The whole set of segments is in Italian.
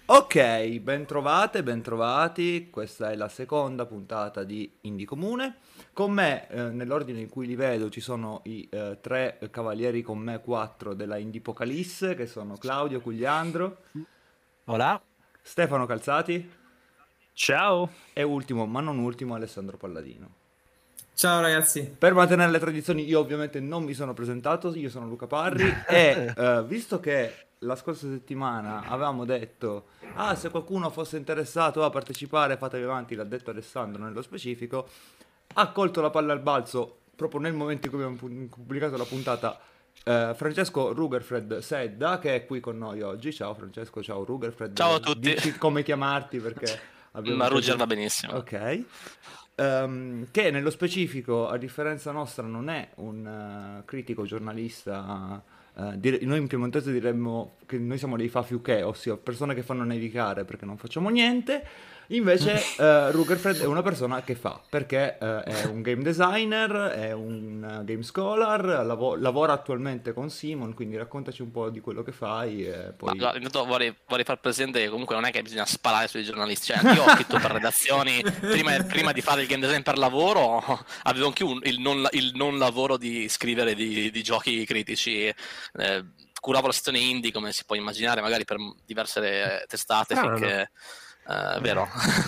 Ok, bentrovati, questa è la seconda puntata di Indie Comune. Con me, nell'ordine in cui li vedo, ci sono i tre cavalieri con me, quattro della Indipocalisse, che sono Claudio Cugliandro, Hola. Stefano Calzati Ciao. e ultimo, ma non ultimo, Alessandro Palladino. Ciao ragazzi. Per mantenere le tradizioni, io ovviamente non mi sono presentato, io sono Luca Parri e visto che la scorsa settimana avevamo detto, ah, se qualcuno fosse interessato a partecipare, fatevi avanti, l'ha detto Alessandro nello specifico, ha colto la palla al balzo proprio nel momento in cui abbiamo pubblicato la puntata. Francesco Rugerfred Sedda, che è qui con noi oggi. Ciao Francesco, ciao Ciao a Rugerfred, tutti. dici come chiamarti perché abbiamo Ma Ruger preso- va benissimo. Ok. Che nello specifico, a differenza nostra, non è un critico giornalista. Noi in piemontese diremmo che noi siamo dei fafiuche, ossia persone che fanno nevicare perché non facciamo niente. Invece Rugerfred è una persona che fa, perché è un game designer, è un game scholar, lavora attualmente con Simon, quindi raccontaci un po' di quello che fai e Ma poi... guarda, intanto vorrei far presente che comunque non è che bisogna sparare sui giornalisti. Cioè, anche io ho scritto per redazioni prima di fare il game design per lavoro, avevo anche il non lavoro di scrivere di giochi critici. Curavo la sezione indie, come si può immaginare, magari per diverse testate, Strano. finché vero.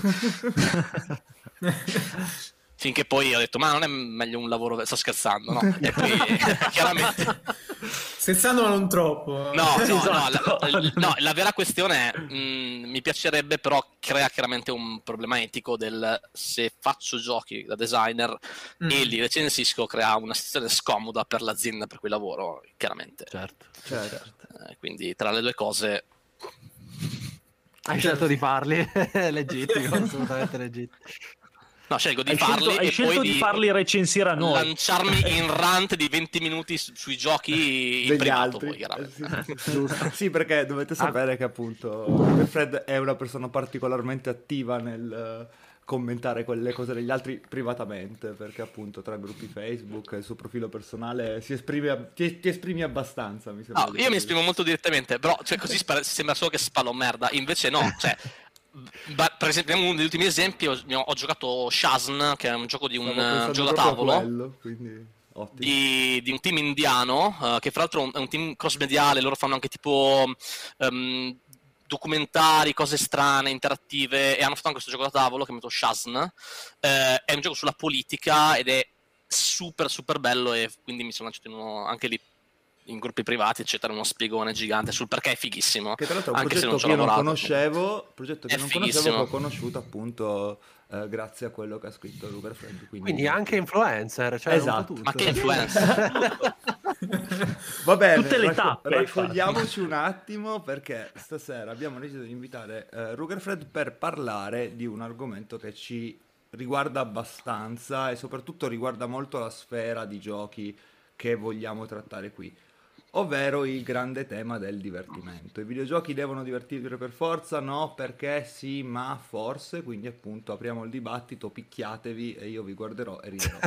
Finché poi ho detto, ma non è meglio un lavoro, sto scherzando, no? E poi chiaramente... Scherzando ma non troppo. No, Esatto. no, la vera questione è, mi piacerebbe, però crea chiaramente un problema etico del se faccio giochi da designer e li recensisco, crea una situazione scomoda per l'azienda per cui lavoro, chiaramente. Certo. Certo. Quindi tra le due cose... Hai scelto di farli, è legittimo, assolutamente legittimo. No, scelgo di Hai farli scelto, hai e scelto poi di farli recensire a noi. lanciarmi in rant di 20 minuti sui giochi in Degli privato, altri. poi chiaramente. Sì, perché dovete sapere che appunto Fred è una persona particolarmente attiva nel commentare quelle cose degli altri privatamente, perché appunto tra gruppi Facebook e il suo profilo personale ti esprimi abbastanza, mi sembra No, di io mi capire. esprimo molto direttamente, però cioè, così sembra solo che spallo merda, invece no, cioè, per esempio uno degli ultimi esempi ho giocato Shazn, che è un gioco di Stavo un pensando gioco da proprio a tavolo, quello, quindi ottimo. di un team indiano, che fra l'altro è un team cross-mediale, loro fanno anche tipo documentari, cose strane, interattive, e hanno fatto anche questo gioco da tavolo chiamato Shazn. È un gioco sulla politica ed è super super bello, e quindi mi sono lanciato anche lì in gruppi privati eccetera, uno spiegone gigante sul perché è fighissimo, Che tra l'altro è un anche se progetto non ci che ho io non lavorato. conoscevo, progetto che È non conoscevo, che fighissimo. ho conosciuto appunto grazie a quello che ha scritto Rugerfred. Quindi anche influencer, cioè Esatto. un po' tutto. Ma che influencer? Va bene, Tutte le tappe hai raccogliamoci un attimo perché stasera abbiamo deciso di invitare Rugerfred per parlare di un argomento che ci riguarda abbastanza e soprattutto riguarda molto la sfera di giochi che vogliamo trattare qui, ovvero il grande tema del divertimento. I videogiochi devono divertire per forza? No, perché sì, ma forse, quindi appunto apriamo il dibattito, picchiatevi e io vi guarderò e riderò.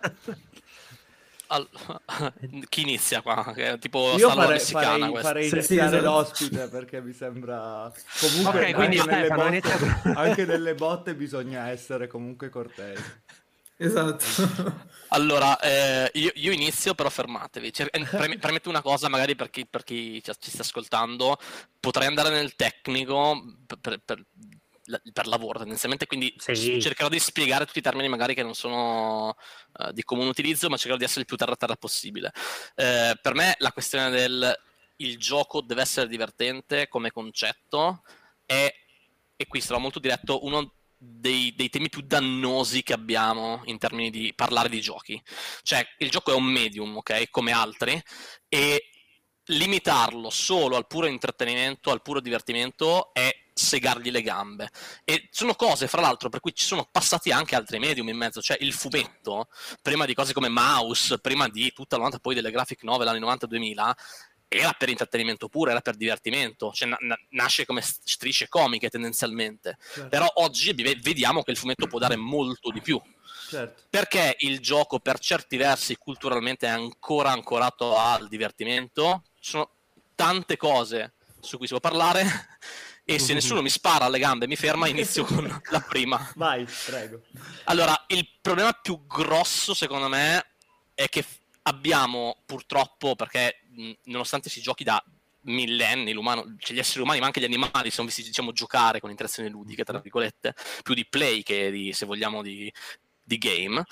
Al- Chi inizia qua? Che è tipo Io stalla messicana questa. farei Sì, iniziare esatto. l'ospite perché mi sembra comunque Ok, quindi anche nelle Stefano, botte, inizia. anche nelle botte bisogna essere comunque cortesi. Esatto. Allora, io inizio, però fermatevi. Premetto una cosa, magari per chi ci sta ascoltando, potrei andare nel tecnico per lavoro tendenzialmente, quindi Sì. cercherò di spiegare tutti i termini magari che non sono di comune utilizzo, ma cercherò di essere il più terra possibile. Per me la questione del il gioco deve essere divertente come concetto è, e qui sarò molto diretto, uno dei temi più dannosi che abbiamo in termini di parlare di giochi. Cioè, il gioco è un medium, ok? Come altri, e limitarlo solo al puro intrattenimento, al puro divertimento, è segargli le gambe. E sono cose, fra l'altro, per cui ci sono passati anche altri medium in mezzo. Cioè, il fumetto, prima di cose come Mouse, prima di tutta la poi delle graphic novel anni 90-2000, era per intrattenimento puro, era per divertimento, cioè nasce come strisce comiche tendenzialmente, Certo. però oggi vediamo che il fumetto può dare molto di più, Certo. perché il gioco per certi versi culturalmente è ancora ancorato al divertimento, ci sono tante cose su cui si può parlare e se nessuno mi spara alle gambe e mi ferma, inizio con la prima. Vai, prego. Allora, il problema più grosso, secondo me, è che abbiamo, purtroppo, perché nonostante si giochi da millenni, cioè gli esseri umani ma anche gli animali sono visti, diciamo, giocare con interazioni ludiche, tra virgolette, più di play che di, se vogliamo, di game.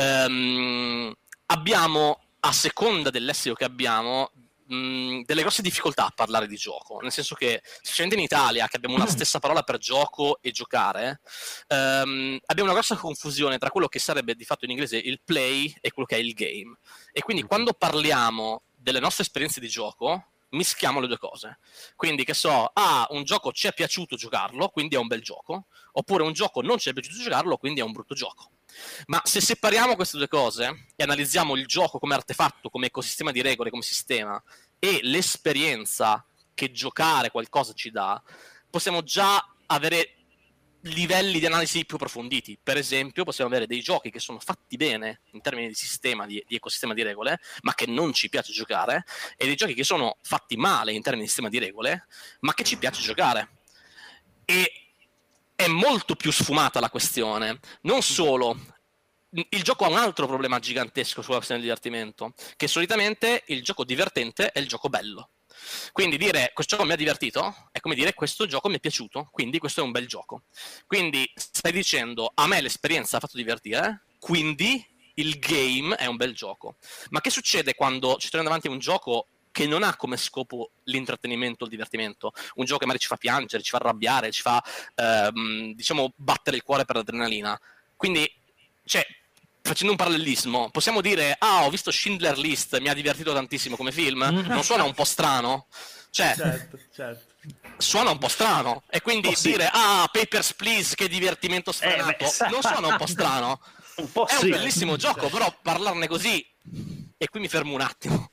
Abbiamo, a seconda dell'essere che abbiamo, delle grosse difficoltà a parlare di gioco, nel senso che, specialmente in Italia, che abbiamo una stessa parola per gioco e giocare, abbiamo una grossa confusione tra quello che sarebbe di fatto in inglese il play e quello che è il game, e quindi quando parliamo delle nostre esperienze di gioco mischiamo le due cose. Quindi, che so, un gioco ci è piaciuto giocarlo, quindi è un bel gioco, oppure un gioco non ci è piaciuto giocarlo, quindi è un brutto gioco. Ma se separiamo queste due cose e analizziamo il gioco come artefatto, come ecosistema di regole, come sistema, e l'esperienza che giocare qualcosa ci dà, possiamo già avere livelli di analisi più approfonditi. Per esempio, possiamo avere dei giochi che sono fatti bene in termini di sistema, di ecosistema di regole, ma che non ci piace giocare, e dei giochi che sono fatti male in termini di sistema di regole, ma che ci piace giocare. E è molto più sfumata la questione. Non solo, il gioco ha un altro problema gigantesco sulla questione del divertimento, che solitamente il gioco divertente è il gioco bello. Quindi dire questo gioco mi ha divertito è come dire questo gioco mi è piaciuto, quindi questo è un bel gioco. Quindi stai dicendo a me l'esperienza ha fatto divertire, quindi il game è un bel gioco. Ma che succede quando ci troviamo davanti a un gioco che non ha come scopo l'intrattenimento, il divertimento, un gioco che magari ci fa piangere, ci fa arrabbiare, ci fa diciamo battere il cuore per l'adrenalina? Quindi, cioè, facendo un parallelismo, possiamo dire ho visto Schindler List, mi ha divertito tantissimo come film? Non suona un po' strano? Cioè, Certo. suona un po' strano, e quindi dire Papers, Please, che divertimento sfrenato, non suona un po' strano? Un po' È sì. un bellissimo gioco, però parlarne così, e qui mi fermo un attimo.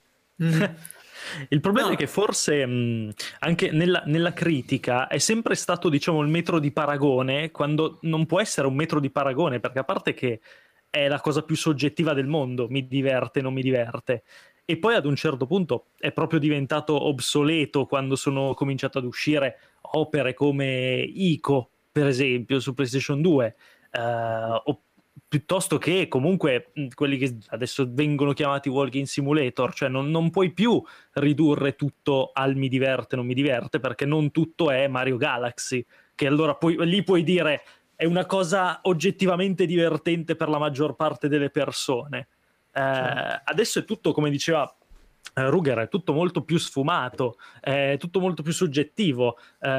Il problema è che forse anche nella critica è sempre stato, diciamo, il metro di paragone, quando non può essere un metro di paragone, perché a parte che è la cosa più soggettiva del mondo, mi diverte, non mi diverte, e poi ad un certo punto è proprio diventato obsoleto quando sono cominciato ad uscire opere come Ico, per esempio, su PlayStation 2, o piuttosto che comunque quelli che adesso vengono chiamati walking simulator, cioè non puoi più ridurre tutto al mi diverte, non mi diverte, perché non tutto è Mario Galaxy, che allora lì puoi dire è una cosa oggettivamente divertente per la maggior parte delle persone. Adesso è tutto, come diceva Ruger, è tutto molto più sfumato, è tutto molto più soggettivo.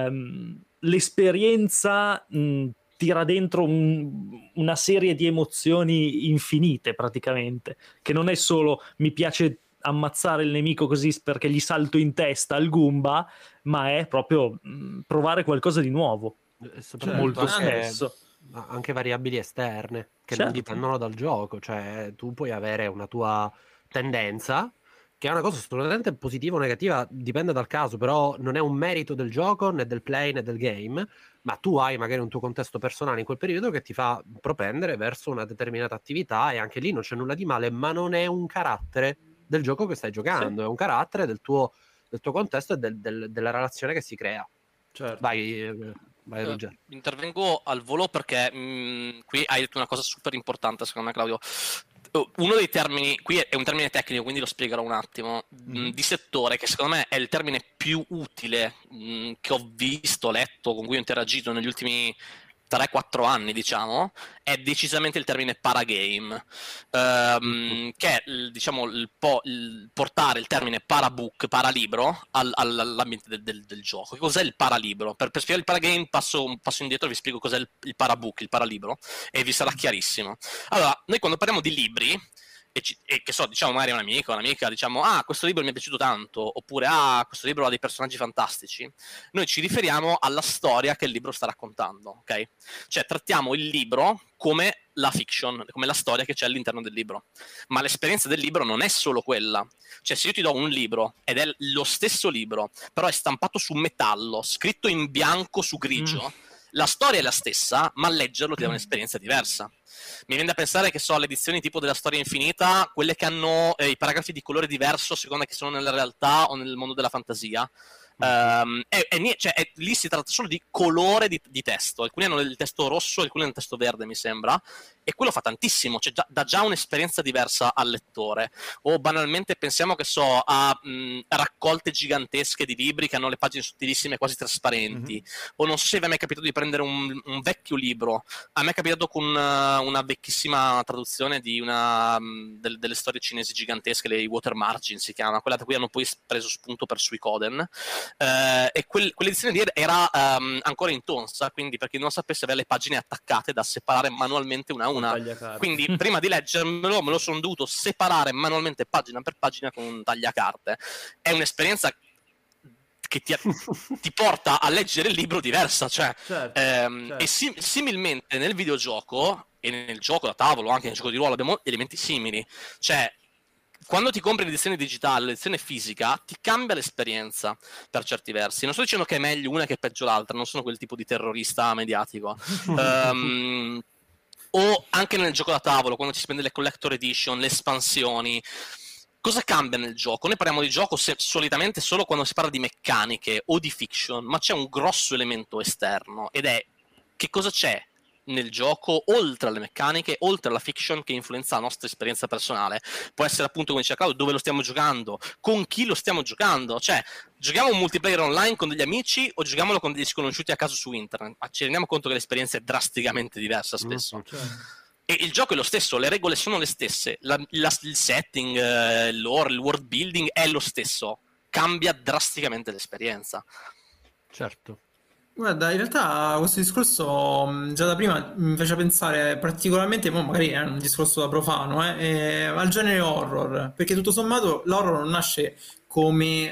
L'esperienza tira dentro una serie di emozioni infinite, praticamente, che non è solo mi piace ammazzare il nemico così perché gli salto in testa al Goomba, ma è proprio provare qualcosa di nuovo. Molto spesso anche variabili esterne che non Certo. dipendono dal gioco, cioè tu puoi avere una tua tendenza che è una cosa assolutamente positiva o negativa, dipende dal caso, però non è un merito del gioco né del play né del game, ma tu hai magari un tuo contesto personale in quel periodo che ti fa propendere verso una determinata attività, e anche lì non c'è nulla di male, ma non è un carattere del gioco che stai giocando, è un carattere del tuo contesto e della relazione che si crea. Certo. Vai Ruggero. Intervengo al volo perché qui hai detto una cosa super importante, secondo me, Claudio. Uno dei termini, qui è un termine tecnico, quindi lo spiegherò un attimo, di settore, che secondo me è il termine più utile che ho visto, letto, con cui ho interagito negli ultimi 3-4 anni, diciamo, è decisamente il termine paragame, che è diciamo il portare il termine parabook, paralibro all'ambiente del gioco. Che cos'è il paralibro? Per spiegare il paragame passo indietro e vi spiego cos'è il parabook, il paralibro, e vi sarà chiarissimo. Allora, noi quando parliamo di libri e che so, diciamo magari un amico, un'amica, diciamo questo libro mi è piaciuto tanto, oppure questo libro ha dei personaggi fantastici, noi ci riferiamo alla storia che il libro sta raccontando, ok? Cioè trattiamo il libro come la fiction, come la storia che c'è all'interno del libro, ma l'esperienza del libro non è solo quella. Cioè se io ti do un libro ed è lo stesso libro, però è stampato su metallo, scritto in bianco su grigio, la storia è la stessa, ma leggerlo ti dà un'esperienza diversa. Mi viene da pensare che le edizioni tipo della Storia Infinita, quelle che hanno i paragrafi di colore diverso a seconda che sono nella realtà o nel mondo della fantasia, Lì si tratta solo di colore di testo. Alcuni hanno il testo rosso, alcuni hanno il testo verde, mi sembra, e quello fa tantissimo, cioè dà già un'esperienza diversa al lettore. O banalmente pensiamo, che so, a raccolte gigantesche di libri che hanno le pagine sottilissime, quasi trasparenti. O non so se vi è mai capitato di prendere un vecchio libro. A me è capitato con una vecchissima traduzione di delle storie cinesi gigantesche, le Water Margin si chiama, quella da cui hanno poi preso spunto per Suikoden. E quell'edizione lì era ancora in tonsa, quindi per chi non lo sapesse aveva le pagine attaccate da separare manualmente una a una, quindi prima di leggermelo me lo sono dovuto separare manualmente pagina per pagina con un tagliacarte. È un'esperienza che ti porta a leggere il libro diversa, cioè, certo. E similmente nel videogioco e nel gioco da tavolo, anche nel gioco di ruolo, abbiamo elementi simili, cioè quando ti compri l'edizione digitale, l'edizione fisica, ti cambia l'esperienza per certi versi. Non sto dicendo che è meglio una che è peggio l'altra, non sono quel tipo di terrorista mediatico. O anche nel gioco da tavolo, quando ci si prende le collector edition, le espansioni. Cosa cambia nel gioco? Noi parliamo di gioco solitamente solo quando si parla di meccaniche o di fiction, ma c'è un grosso elemento esterno, ed è che cosa c'è nel gioco oltre alle meccaniche, oltre alla fiction, che influenza la nostra esperienza personale. Può essere appunto, come diceva Claudio, dove lo stiamo giocando, con chi lo stiamo giocando, cioè giochiamo un multiplayer online con degli amici o giochiamolo con degli sconosciuti a caso su internet, ma ci rendiamo conto che l'esperienza è drasticamente diversa spesso. E il gioco è lo stesso, le regole sono le stesse, il setting, il lore, il world building è lo stesso, cambia drasticamente l'esperienza. Certo. Guarda, in realtà questo discorso già da prima mi faceva pensare particolarmente, magari è un discorso da profano, al genere horror, perché tutto sommato l'horror non nasce come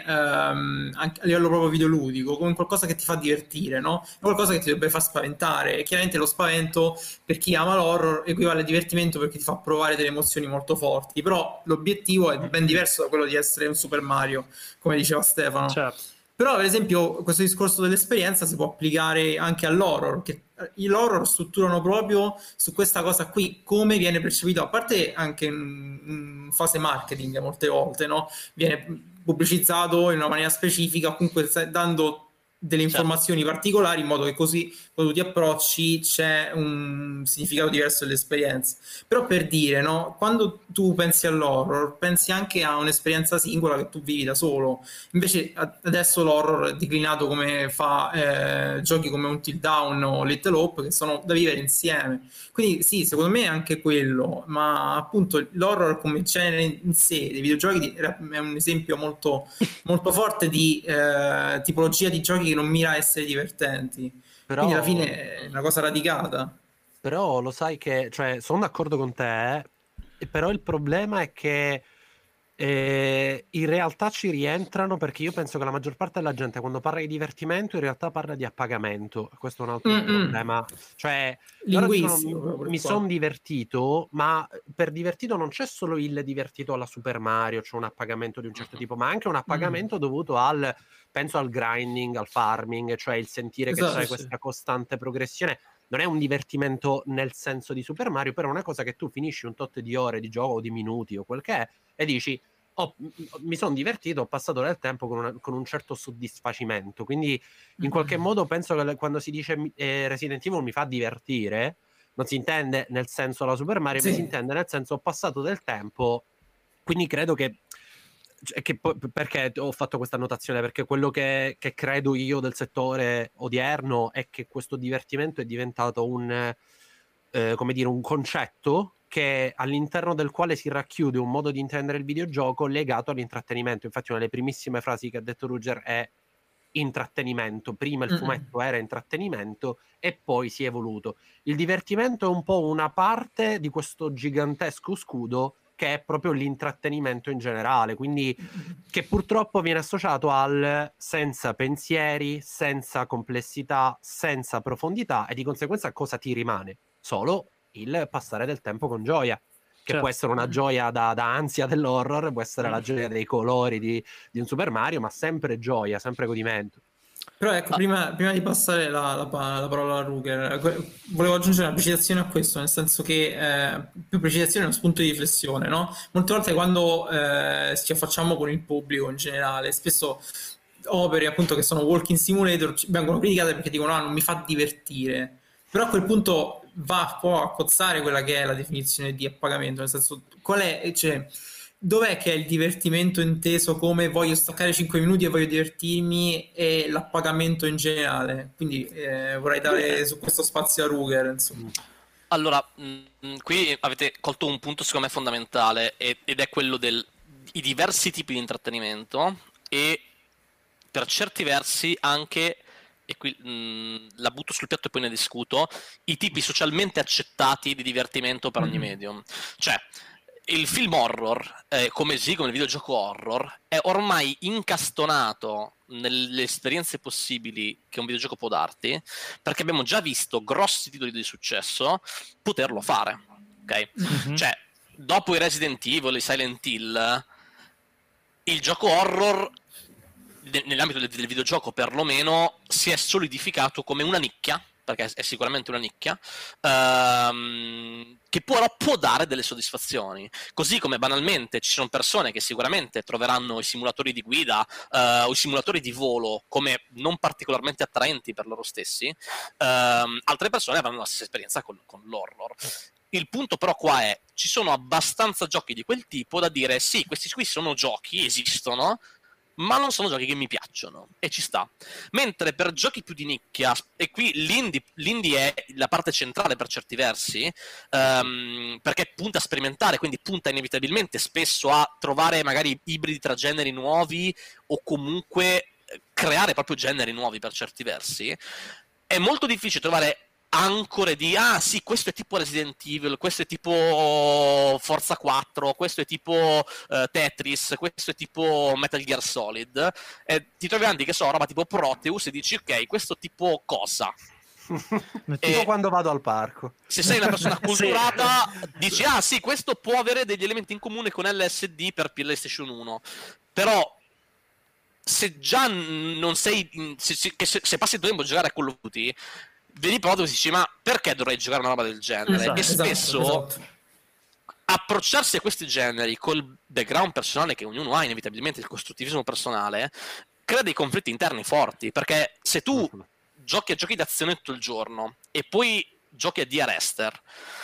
anche a livello proprio videoludico, come qualcosa che ti fa divertire, no? È qualcosa che ti dovrebbe far spaventare, e chiaramente lo spavento per chi ama l'horror equivale a divertimento perché ti fa provare delle emozioni molto forti, però l'obiettivo è ben diverso da quello di essere un Super Mario, come diceva Stefano. Certo. Però per esempio questo discorso dell'esperienza si può applicare anche all'horror, che l'horror strutturano proprio su questa cosa qui, come viene percepito, a parte anche in fase marketing molte volte, no? Viene pubblicizzato in una maniera specifica, comunque dando delle informazioni particolari, in modo che così quando ti approcci c'è un significato diverso dell'esperienza. Però, per dire, no, quando tu pensi all'horror pensi anche a un'esperienza singola che tu vivi da solo, invece adesso l'horror è declinato come fa giochi come Until Dawn o Little Hope, che sono da vivere insieme. Quindi sì, secondo me è anche quello, ma appunto l'horror come genere in sé dei videogiochi è un esempio molto, molto forte di tipologia di giochi che non mira a essere divertenti. Però, quindi alla fine è una cosa radicata. Però lo sai che, cioè, sono d'accordo con te, però il problema è che in realtà ci rientrano, perché io penso che la maggior parte della gente quando parla di divertimento in realtà parla di appagamento. Questo è un altro problema, cioè linguistico, mi sono divertito, ma per divertito non c'è solo il divertito alla Super Mario, c'è un appagamento di un certo tipo, ma anche un appagamento dovuto penso al grinding, al farming, cioè il sentire che c'è questa costante progressione. Non è un divertimento nel senso di Super Mario, però è una cosa che tu finisci un tot di ore di gioco o di minuti o quel che è e dici mi sono divertito, ho passato del tempo con un certo soddisfacimento. Quindi in qualche modo penso che quando si dice Resident Evil mi fa divertire, non si intende nel senso la Super Mario, ma si intende nel senso ho passato del tempo. Quindi credo che perché ho fatto questa annotazione? Perché quello che credo io del settore odierno è che questo divertimento è diventato un concetto che all'interno del quale si racchiude un modo di intendere il videogioco legato all'intrattenimento. Infatti una delle primissime frasi che ha detto Ruger è intrattenimento. Prima il fumetto era intrattenimento e poi si è evoluto. Il divertimento è un po' una parte di questo gigantesco scudo che è proprio l'intrattenimento in generale, quindi che purtroppo viene associato al senza pensieri, senza complessità, senza profondità, e di conseguenza cosa ti rimane? Solo il passare del tempo con gioia, che può essere una gioia da ansia dell'horror, può essere la gioia dei colori di un Super Mario, ma sempre gioia, sempre godimento. Però ecco, prima di passare la parola a Ruger, volevo aggiungere una precisazione a questo, nel senso che più precisazione è uno spunto di riflessione, no? Molte volte quando ci affacciamo con il pubblico in generale, spesso opere appunto che sono walking simulator vengono criticate perché dicono non mi fa divertire, però a quel punto va un po' a cozzare quella che è la definizione di appagamento, nel senso qual è, cioè, dov'è che è il divertimento inteso come voglio staccare 5 minuti e voglio divertirmi e l'appagamento in generale, quindi vorrei dare su questo spazio a Ruger, insomma. Allora, qui avete colto un punto secondo me fondamentale ed è quello i diversi tipi di intrattenimento e per certi versi anche, e qui la butto sul piatto e poi ne discuto, i tipi socialmente accettati di divertimento per ogni medium. Cioè, il film horror, come il videogioco horror, è ormai incastonato nelle esperienze possibili che un videogioco può darti, perché abbiamo già visto grossi titoli di successo poterlo fare, ok? Cioè, dopo i Resident Evil, i Silent Hill, il gioco horror nell'ambito del videogioco perlomeno si è solidificato come una nicchia, perché è sicuramente una nicchia, che però può dare delle soddisfazioni. Così come banalmente ci sono persone che sicuramente troveranno i simulatori di guida o i simulatori di volo come non particolarmente attraenti per loro stessi, altre persone avranno la stessa esperienza con l'horror. Il punto però qua è, ci sono abbastanza giochi di quel tipo da dire sì, questi qui sono giochi, esistono, ma non sono giochi che mi piacciono, e ci sta. Mentre per giochi più di nicchia, e qui l'indie è la parte centrale per certi versi, perché punta a sperimentare, quindi punta inevitabilmente spesso a trovare magari ibridi tra generi nuovi o comunque creare proprio generi nuovi per certi versi, è molto difficile trovare ancore di sì, questo è tipo Resident Evil, questo è tipo Forza 4, questo è tipo Tetris, questo è tipo Metal Gear Solid, e ti trovi avanti che so, roba tipo Proteus e dici ok, questo tipo cosa? Tipo quando vado al parco. Se sei una persona culturata dici sì, questo può avere degli elementi in comune con LSD per PlayStation 1, però se già non sei se passi il tuo tempo a giocare a Call of Duty, vedi proprio e dici ma perché dovrei giocare una roba del genere? E spesso approcciarsi a questi generi col background personale che ognuno ha, inevitabilmente il costruttivismo personale, crea dei conflitti interni forti, perché se tu giochi a giochi d'azione tutto il giorno e poi giochi a Dear Esther,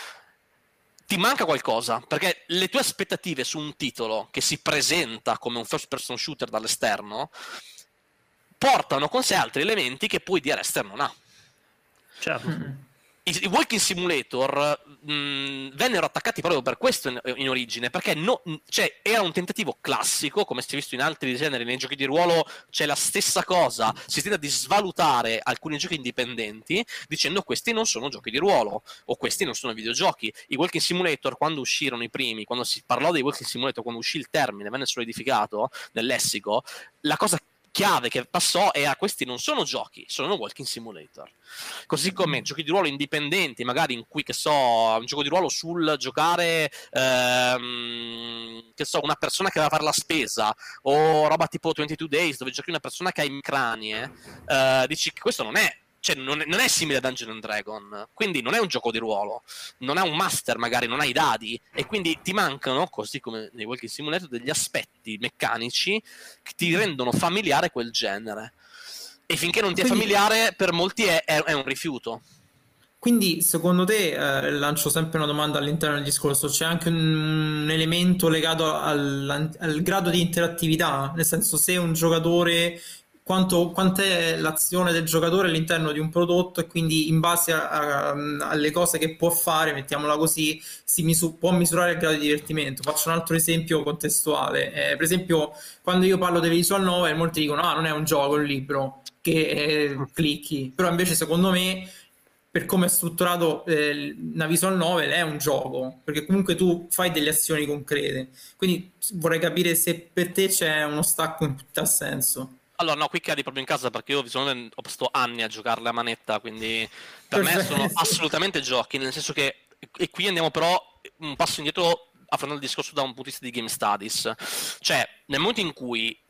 ti manca qualcosa, perché le tue aspettative su un titolo che si presenta come un first person shooter dall'esterno portano con sé altri elementi che poi Dear Esther non ha. Certo. I walking simulator vennero attaccati proprio per questo in origine, perché cioè, era un tentativo classico, come si è visto in altri generi, nei giochi di ruolo c'è la stessa cosa, si tenta di svalutare alcuni giochi indipendenti dicendo questi non sono giochi di ruolo o questi non sono videogiochi. I walking simulator, quando uscirono i primi, quando si parlò dei walking simulator, quando uscì il termine, venne solidificato nel lessico, la cosa chiave che passò era questi non sono giochi, sono walking simulator. Così come giochi di ruolo indipendenti, magari in cui, che so, un gioco di ruolo sul giocare che so, una persona che va a fare la spesa, o roba tipo 22 Days dove giochi una persona che ha emicranie, dici che questo non è, cioè non è simile a Dungeons and Dragon, quindi non è un gioco di ruolo, non è un master, magari non hai dadi, e quindi ti mancano, così come nei walking simulator, degli aspetti meccanici che ti rendono familiare quel genere, e finché non ti è familiare per molti è un rifiuto. Quindi secondo te, lancio sempre una domanda all'interno del discorso, c'è anche un elemento legato al grado di interattività, nel senso, se un giocatore, quant'è l'azione del giocatore all'interno di un prodotto, e quindi in base alle cose che può fare, mettiamola così, può misurare il grado di divertimento. Faccio un altro esempio contestuale, per esempio quando io parlo delle visual novel molti dicono non è un gioco, è un libro che clicchi, però invece secondo me, per come è strutturato una visual novel, è un gioco, perché comunque tu fai delle azioni concrete. Quindi vorrei capire se per te c'è uno stacco in tal senso. Allora, no, qui cadi proprio in casa, perché io visualmente ho passato anni a giocarle a manetta, quindi per me sono assolutamente giochi, nel senso che, e qui andiamo però un passo indietro affrontando il discorso da un punto di vista di game studies. Cioè, nel momento in cui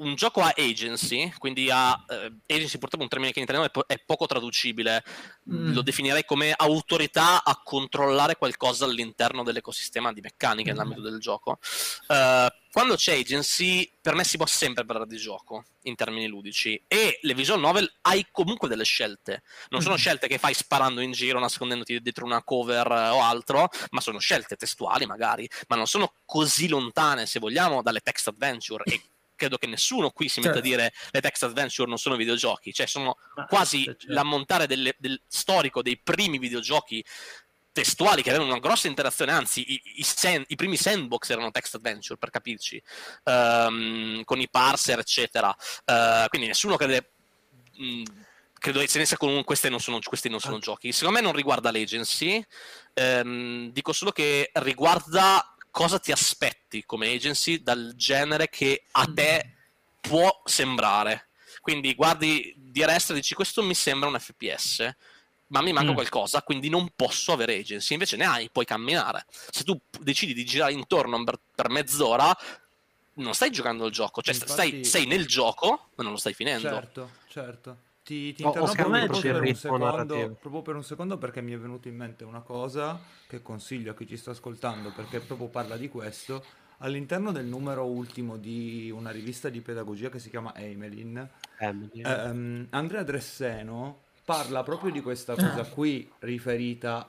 un gioco ha agency, quindi agency purtroppo è un termine che in italiano è poco traducibile, lo definirei come autorità a controllare qualcosa all'interno dell'ecosistema di meccanica nell'ambito del gioco. Quando c'è agency, per me si può sempre parlare di gioco in termini ludici, e le visual novel hai comunque delle scelte, non sono scelte che fai sparando in giro, nascondendoti dietro una cover o altro, ma sono scelte testuali magari, ma non sono così lontane, se vogliamo, dalle text adventure, e credo che nessuno qui si metta a dire le text adventure non sono videogiochi, cioè sono quasi l'ammontare del storico dei primi videogiochi testuali che avevano una grossa interazione, anzi i primi sandbox erano text adventure, per capirci, con i parser eccetera, quindi nessuno credo se ne sia con questi non sono giochi. Secondo me non riguarda l'agency, dico solo che riguarda cosa ti aspetti come agency dal genere che a te può sembrare. Quindi guardi di Rest e dici questo mi sembra un FPS, ma mi manca qualcosa, quindi non posso avere agency. Invece ne hai, puoi camminare. Se tu decidi di girare intorno per mezz'ora, non stai giocando il gioco, cioè Infatti, sei nel gioco, ma non lo stai finendo. Certo. Ti interrompo proprio per un secondo perché mi è venuto in mente una cosa che consiglio a chi ci sta ascoltando, perché proprio parla di questo. All'interno del numero ultimo di una rivista di pedagogia che si chiama Emelin, Andrea Dresseno parla proprio di questa cosa qui riferita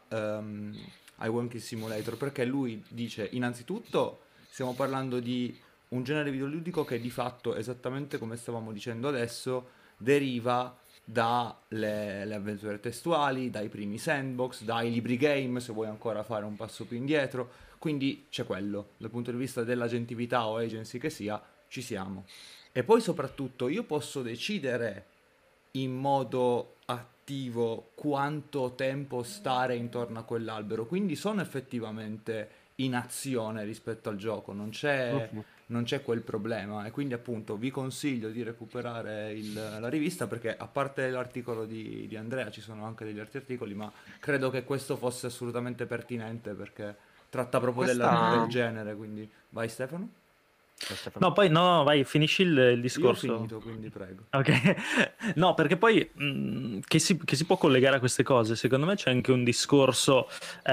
ai Walking Simulator, perché lui dice innanzitutto stiamo parlando di un genere videoludico che di fatto, esattamente come stavamo dicendo adesso, deriva dalle avventure testuali, dai primi sandbox, dai libri game, se vuoi ancora fare un passo più indietro. Quindi c'è quello, dal punto di vista dell'agentività o agency che sia, ci siamo. E poi soprattutto io posso decidere in modo attivo quanto tempo stare intorno a quell'albero, quindi sono effettivamente in azione rispetto al gioco, non c'è quel problema, e quindi appunto vi consiglio di recuperare la rivista, perché a parte l'articolo di Andrea ci sono anche degli altri articoli, ma credo che questo fosse assolutamente pertinente perché tratta proprio del genere. Quindi vai Stefano. No, poi no, vai, finisci il discorso. Io ho finito, quindi prego. Ok. No, perché poi che si può collegare a queste cose, secondo me c'è anche un discorso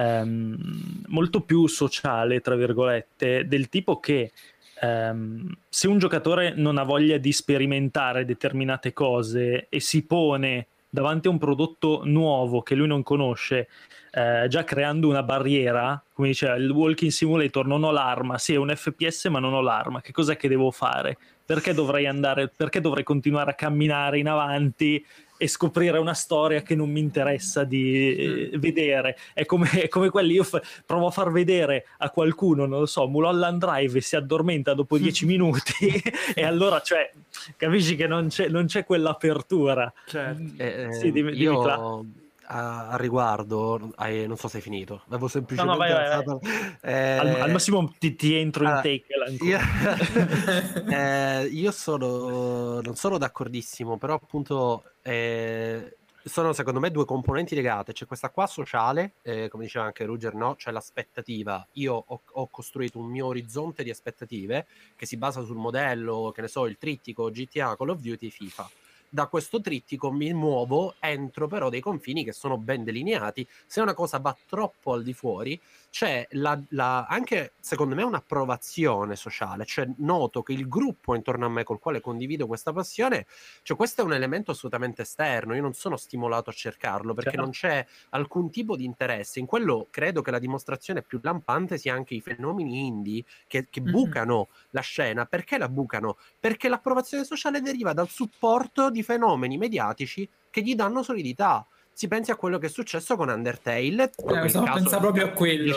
molto più sociale, tra virgolette, del tipo che se un giocatore non ha voglia di sperimentare determinate cose e si pone davanti a un prodotto nuovo che lui non conosce, già creando una barriera, come diceva il Walking Simulator, non ho l'arma, sì è un FPS ma non ho l'arma, che cos'è che devo fare? Perché dovrei continuare a camminare in avanti e scoprire una storia che non mi interessa di vedere? È come quelli, io provo a far vedere a qualcuno, non lo so, Mulholland Drive, e si addormenta dopo 10 minuti e allora, cioè, capisci che non c'è quell'apertura. Certo. Sì, dimmi, io a riguardo, non so se hai finito, avevo semplicemente vai. Al massimo ti entro in take io non sono d'accordissimo, però appunto sono secondo me due componenti legate. C'è questa qua sociale, come diceva anche Ruger, no? C'è l'aspettativa. Io ho costruito un mio orizzonte di aspettative che si basa sul modello, che ne so, il trittico GTA, Call of Duty, FIFA. Da questo trittico mi muovo, entro però dei confini che sono ben delineati. Se una cosa va troppo al di fuori, c'è anche, secondo me, un'approvazione sociale. Cioè noto che il gruppo intorno a me col quale condivido questa passione, cioè questo è un elemento assolutamente esterno, io non sono stimolato a cercarlo perché non c'è alcun tipo di interesse. In quello credo che la dimostrazione più lampante sia anche i fenomeni indie che bucano la scena. Perché la bucano? Perché l'approvazione sociale deriva dal supporto di fenomeni mediatici che gli danno solidità. Si pensi a quello che è successo con Undertale. Pensa proprio a quello.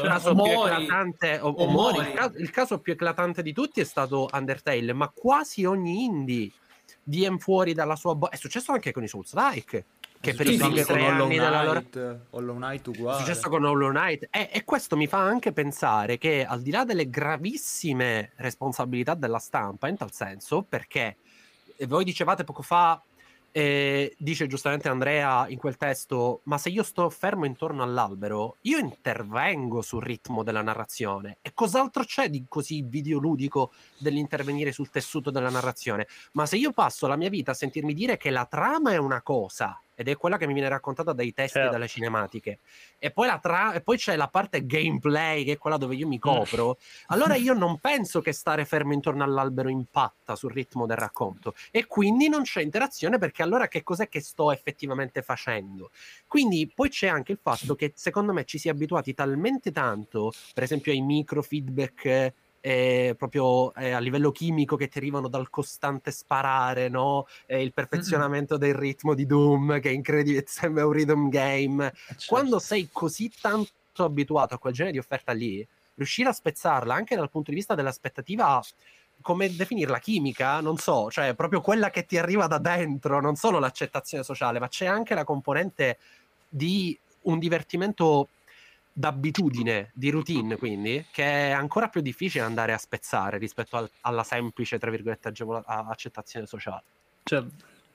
Il caso più eclatante di tutti è stato Undertale, ma quasi ogni indie viene fuori dalla sua è successo anche con i Souls-like, che per i primi 3 anni della loro Hollow Knight uguale. È successo con Hollow Knight, e questo mi fa anche pensare che al di là delle gravissime responsabilità della stampa, in tal senso, perché voi dicevate poco fa E dice giustamente Andrea in quel testo: ma se io sto fermo intorno all'albero, io intervengo sul ritmo della narrazione. E cos'altro c'è di così videoludico dell'intervenire sul tessuto della narrazione? Ma se io passo la mia vita a sentirmi dire che la trama è una cosa, ed è quella che mi viene raccontata dai testi e dalle cinematiche, e poi e poi c'è la parte gameplay, che è quella dove io mi copro, allora io non penso che stare fermo intorno all'albero impatta sul ritmo del racconto, e quindi non c'è interazione, perché allora che cos'è che sto effettivamente facendo? Quindi poi c'è anche il fatto che secondo me ci si è abituati talmente tanto, per esempio ai micro feedback proprio a livello chimico che ti arrivano dal costante sparare, no? Il perfezionamento del ritmo di Doom, che è incredibile, sembra un rhythm game. Quando sei così tanto abituato a quel genere di offerta lì, riuscire a spezzarla anche dal punto di vista dell'aspettativa, come definirla, chimica, non so, cioè proprio quella che ti arriva da dentro, non solo l'accettazione sociale, ma c'è anche la componente di un divertimento d'abitudine, di routine, quindi, che è ancora più difficile andare a spezzare rispetto alla semplice, tra virgolette, accettazione sociale. Cioè,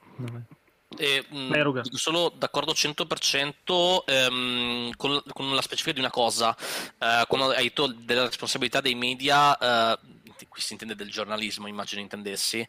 dico solo d'accordo 100% con la specifica di una cosa. Quando hai detto della responsabilità dei media, qui si intende del giornalismo, immagino intendessi,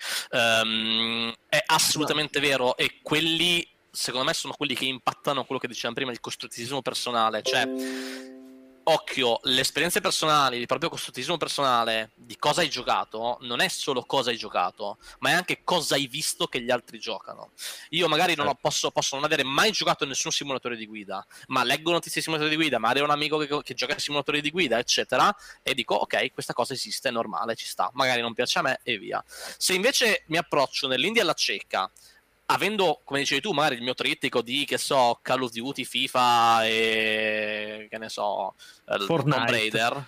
è assolutamente vero, e quelli secondo me sono quelli che impattano quello che dicevamo prima, il costruttivismo personale. Cioè, occhio, le esperienze personali, il proprio costruttivismo personale di cosa hai giocato non è solo cosa hai giocato, ma è anche cosa hai visto che gli altri giocano. Io magari posso non avere mai giocato in nessun simulatore di guida, ma leggo notizie di simulatore di guida, magari ho un amico che gioca a simulatore di guida, eccetera, e dico ok, questa cosa esiste, è normale, ci sta, magari non piace a me e via. Se invece mi approccio nell'indie alla cieca, avendo, come dicevi tu, magari il mio trittico di, che so, Call of Duty, FIFA e, che ne so, Tomb Raider,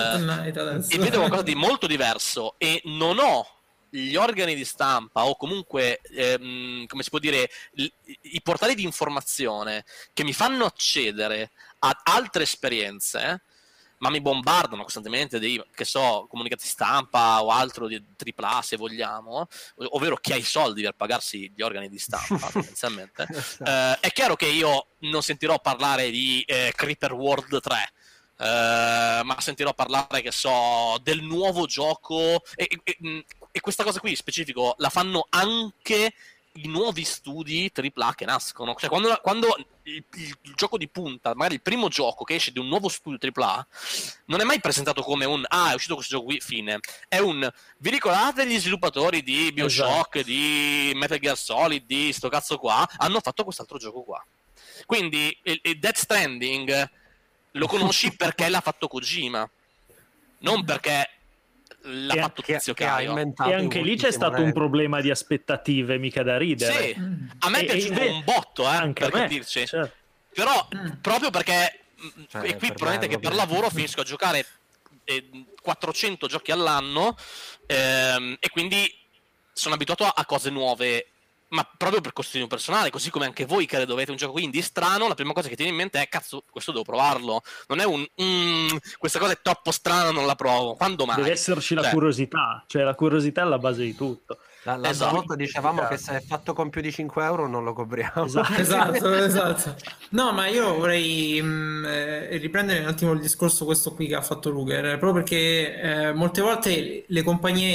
e vedo qualcosa di molto diverso e non ho gli organi di stampa o comunque, come si può dire, i portali di informazione che mi fanno accedere ad altre esperienze, ma mi bombardano costantemente di, che so, comunicati stampa o altro di AAA, se vogliamo, ovvero chi ha i soldi per pagarsi gli organi di stampa, tendenzialmente. È chiaro che io non sentirò parlare di Creeper World 3, ma sentirò parlare, che so, del nuovo gioco, e questa cosa qui specifico la fanno anche i nuovi studi AAA che nascono. Cioè, quando il gioco di punta, magari il primo gioco che esce di un nuovo studio AAA, non è mai presentato come è uscito questo gioco qui, fine. È vi ricordate gli sviluppatori di BioShock, di Metal Gear Solid, di sto cazzo qua, hanno fatto quest'altro gioco qua. Quindi il Death Stranding lo conosci perché l'ha fatto Kojima, non perché l'ha fatto Tizio Caio. E anche lì c'è stato un problema di aspettative mica da ridere. Sì, a me è piaciuto un botto, anche per dirci. Certo. Però proprio perché e qui probabilmente che per lavoro finisco a giocare 400 giochi all'anno, e quindi sono abituato a cose nuove, ma proprio per costruire un personale, così come anche voi che dovete un gioco indie strano, la prima cosa che tieni in mente è cazzo, questo devo provarlo. Non è questa cosa è troppo strana, non la provo. Quando mai? Deve esserci la curiosità, cioè la curiosità è alla base di tutto. L'altra volta dicevamo che se è fatto con più di 5 euro non lo copriamo. Esatto. No, ma io vorrei riprendere un attimo il discorso questo qui che ha fatto Ruger, proprio perché molte volte le compagnie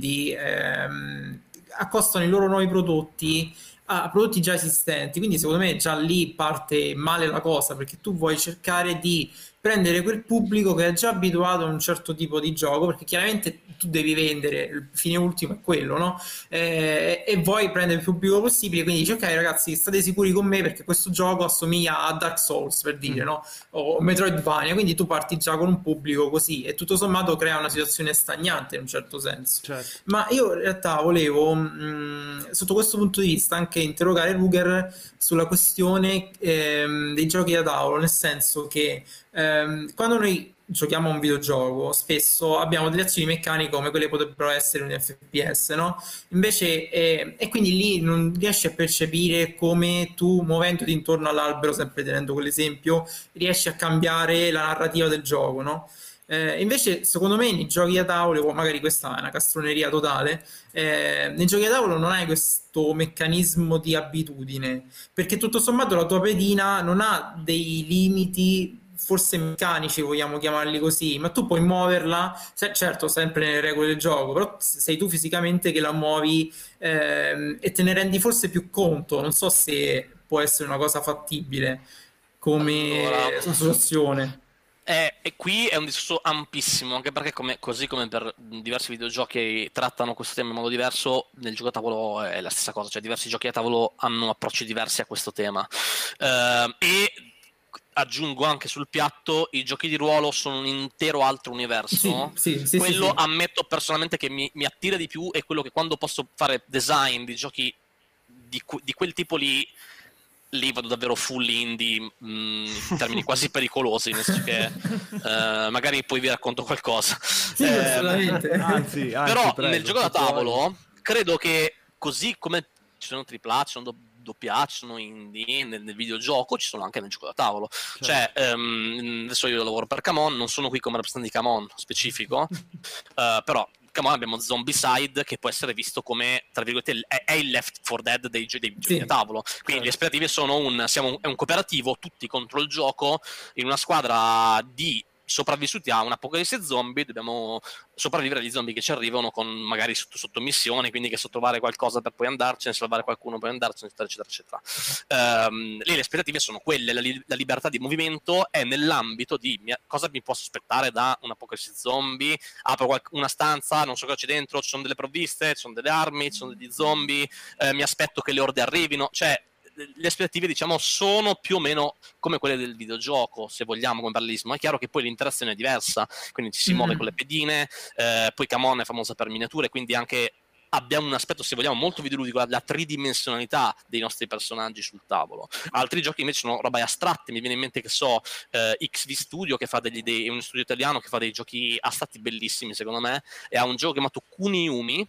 indie accostano i loro nuovi prodotti a prodotti già esistenti, quindi secondo me già lì parte male la cosa, perché tu vuoi cercare di prendere quel pubblico che è già abituato a un certo tipo di gioco, perché chiaramente tu devi vendere, il fine ultimo è quello, no? E vuoi prendere il più pubblico possibile, quindi dici ok ragazzi, state sicuri con me perché questo gioco assomiglia a Dark Souls, per dire, no? O Metroidvania, quindi tu parti già con un pubblico così e tutto sommato crea una situazione stagnante in un certo senso. Certo. Ma io in realtà volevo sotto questo punto di vista anche interrogare Ruger sulla questione dei giochi da tavolo, nel senso che quando noi giochiamo a un videogioco spesso abbiamo delle azioni meccaniche come quelle potrebbero essere un FPS, no? Invece e quindi lì non riesci a percepire come tu, muovendoti intorno all'albero, sempre tenendo quell'esempio, riesci a cambiare la narrativa del gioco, no? Invece, secondo me, nei giochi da tavolo, magari questa è una castroneria totale, nei giochi da tavolo non hai questo meccanismo di abitudine, perché tutto sommato la tua pedina non ha dei limiti, forse meccanici, vogliamo chiamarli così, ma tu puoi muoverla, certo, sempre nelle regole del gioco, però sei tu fisicamente che la muovi, e te ne rendi forse più conto. Non so se può essere una cosa fattibile Allora, come soluzione. e qui è un discorso ampissimo, anche perché così come per diversi videogiochi trattano questo tema in modo diverso, nel gioco a tavolo è la stessa cosa, cioè diversi giochi a tavolo hanno approcci diversi a questo tema. E aggiungo anche sul piatto, i giochi di ruolo sono un intero altro universo. Sì. Quello ammetto personalmente che mi attira di più, è quello che quando posso fare design di giochi di quel tipo lì vado davvero full indie, in termini quasi pericolosi, nel senso che magari poi vi racconto qualcosa. Sì, assolutamente. Anzi, Però prego, nel gioco se da puoi. tavolo credo che così come ci sono AAA, ci sono doppia, ci sono indie nel videogioco, ci sono anche nel gioco da tavolo. Cioè, adesso io lavoro per Camon, non sono qui come rappresentante di Camon specifico, però Camon abbiamo Zombicide, che può essere visto come, tra virgolette, è il Left 4 Dead dei giochi da tavolo. Quindi le aspettative sono è un cooperativo, tutti contro il gioco, in una squadra di sopravvissuti a un'apocalisse zombie, dobbiamo sopravvivere agli zombie che ci arrivano con magari sotto missioni, quindi che so trovare qualcosa per poi andarcene, salvare qualcuno per andarcene, eccetera eccetera. Lì le aspettative sono quelle, la libertà di movimento è nell'ambito di cosa mi posso aspettare da un'apocalisse zombie, apro una stanza, non so cosa c'è dentro, ci sono delle provviste, ci sono delle armi, ci sono degli zombie, mi aspetto che le orde arrivino, cioè le aspettative, diciamo, sono più o meno come quelle del videogioco, se vogliamo, come parallelismo. È chiaro che poi l'interazione è diversa, quindi ci si muove con le pedine, poi Camon è famosa per miniature, quindi anche abbiamo un aspetto, se vogliamo, molto videoludico, la tridimensionalità dei nostri personaggi sul tavolo. Altri giochi invece sono robe astratte, mi viene in mente che XV Studio, che fa è uno studio italiano che fa dei giochi astratti bellissimi secondo me, e ha un gioco chiamato Kuniumi,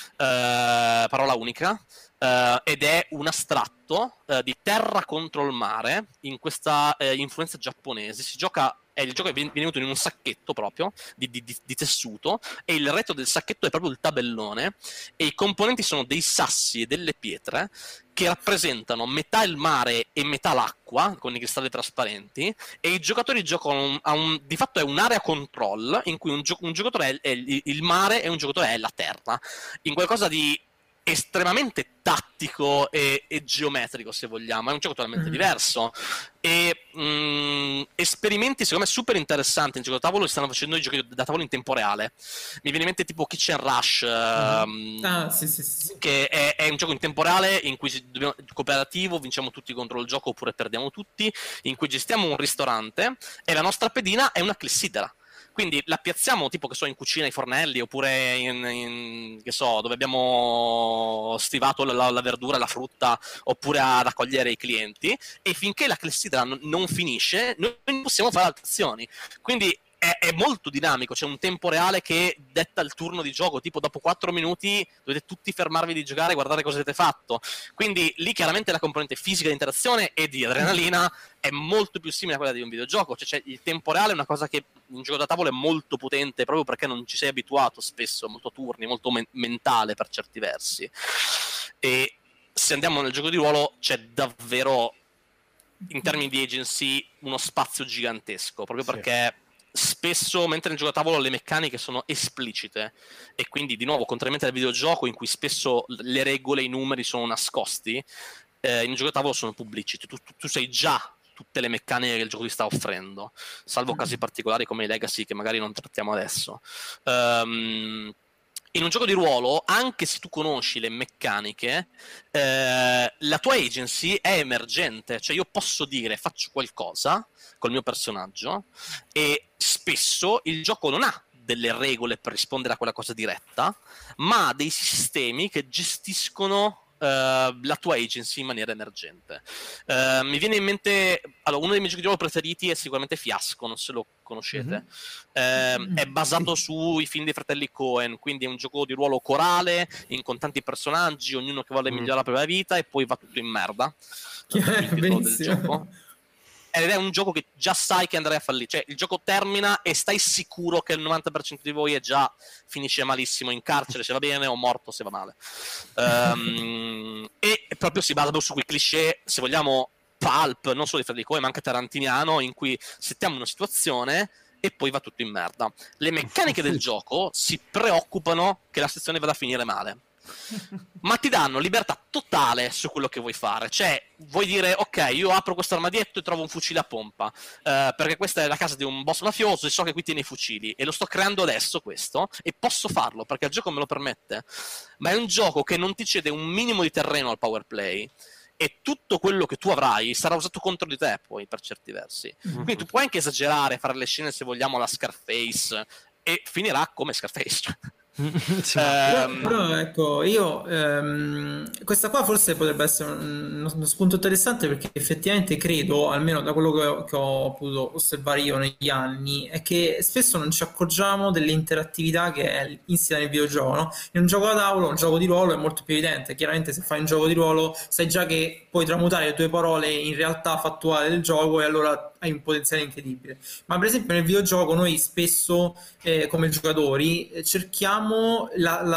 parola unica, ed è un astratto di terra contro il mare in questa influenza giapponese. Il gioco viene venuto in un sacchetto proprio di tessuto, e il retro del sacchetto è proprio il tabellone, e i componenti sono dei sassi e delle pietre che rappresentano metà il mare e metà l'acqua con i cristalli trasparenti, e i giocatori giocano di fatto è un'area control in cui un giocatore è il mare e un giocatore è la terra, in qualcosa di estremamente tattico e geometrico, se vogliamo. È un gioco totalmente diverso, e esperimenti secondo me super interessanti in gioco da tavolo. Stanno facendo i giochi da tavolo in tempo reale. Mi viene in mente tipo Kitchen Rush, Sì. che è un gioco in tempo reale in cui cooperativo, vinciamo tutti contro il gioco oppure perdiamo tutti, in cui gestiamo un ristorante e la nostra pedina è una clessidra. Quindi la piazziamo tipo, che so, in cucina, ai fornelli, oppure che so, dove abbiamo stivato la verdura, la frutta, oppure ad accogliere i clienti, e finché la clessidra non finisce, noi non possiamo fare altre azioni. Quindi è molto dinamico, c'è un tempo reale che detta il turno di gioco, tipo dopo 4 minuti dovete tutti fermarvi di giocare e guardare cosa avete fatto. Quindi lì chiaramente la componente fisica di interazione e di adrenalina è molto più simile a quella di un videogioco, cioè il tempo reale è una cosa che in gioco da tavolo è molto potente proprio perché non ci sei abituato spesso, molto turni, molto mentale per certi versi. E se andiamo nel gioco di ruolo c'è davvero, in termini di agency, uno spazio gigantesco, proprio perché spesso, mentre nel gioco da tavolo le meccaniche sono esplicite, e quindi di nuovo contrariamente al videogioco in cui spesso le regole, i numeri sono nascosti, in gioco da tavolo sono pubbliciti, tu sai già tutte le meccaniche che il gioco ti sta offrendo, salvo casi particolari come i Legacy che magari non trattiamo adesso. In un gioco di ruolo, anche se tu conosci le meccaniche, la tua agency è emergente, cioè io posso dire faccio qualcosa col mio personaggio, e spesso il gioco non ha delle regole per rispondere a quella cosa diretta, ma ha dei sistemi che gestiscono la tua agency in maniera emergente. Mi viene in mente, allora, uno dei miei giochi di ruolo preferiti è sicuramente Fiasco, non se lo conoscete. È basato sui film dei fratelli Coen, quindi è un gioco di ruolo corale con tanti personaggi, ognuno che vuole migliorare la propria vita, e poi va tutto in merda. Il titolo del gioco ed è un gioco che già sai che andrai a fallire, cioè il gioco termina e stai sicuro che il 90% di voi è già finisce malissimo in carcere se va bene o morto se va male. E proprio si basa su quei cliché, se vogliamo, pulp, non solo di Federico Cohen ma anche tarantiniano, in cui settiamo una situazione e poi va tutto in merda. Le meccaniche del gioco si preoccupano che la situazione vada a finire male, ma ti danno libertà totale su quello che vuoi fare. Cioè, vuoi dire, ok, io apro questo armadietto e trovo un fucile a pompa, perché questa è la casa di un boss mafioso e so che qui tiene i fucili, e lo sto creando adesso questo, e posso farlo, perché il gioco me lo permette. Ma è un gioco che non ti cede un minimo di terreno al power play, e tutto quello che tu avrai sarà usato contro di te poi, per certi versi. Quindi tu puoi anche esagerare, fare le scene, se vogliamo, alla Scarface, e finirà come Scarface. Però ecco, io questa qua forse potrebbe essere uno spunto interessante, perché effettivamente credo, almeno da quello che ho potuto osservare io negli anni, è che spesso non ci accorgiamo delle interattività che è insita nel videogioco, no? In un gioco da tavolo, un gioco di ruolo è molto più evidente. Chiaramente se fai un gioco di ruolo sai già che puoi tramutare le tue parole in realtà fattuale del gioco, e allora hai un potenziale incredibile. Ma per esempio nel videogioco noi spesso come giocatori cerchiamo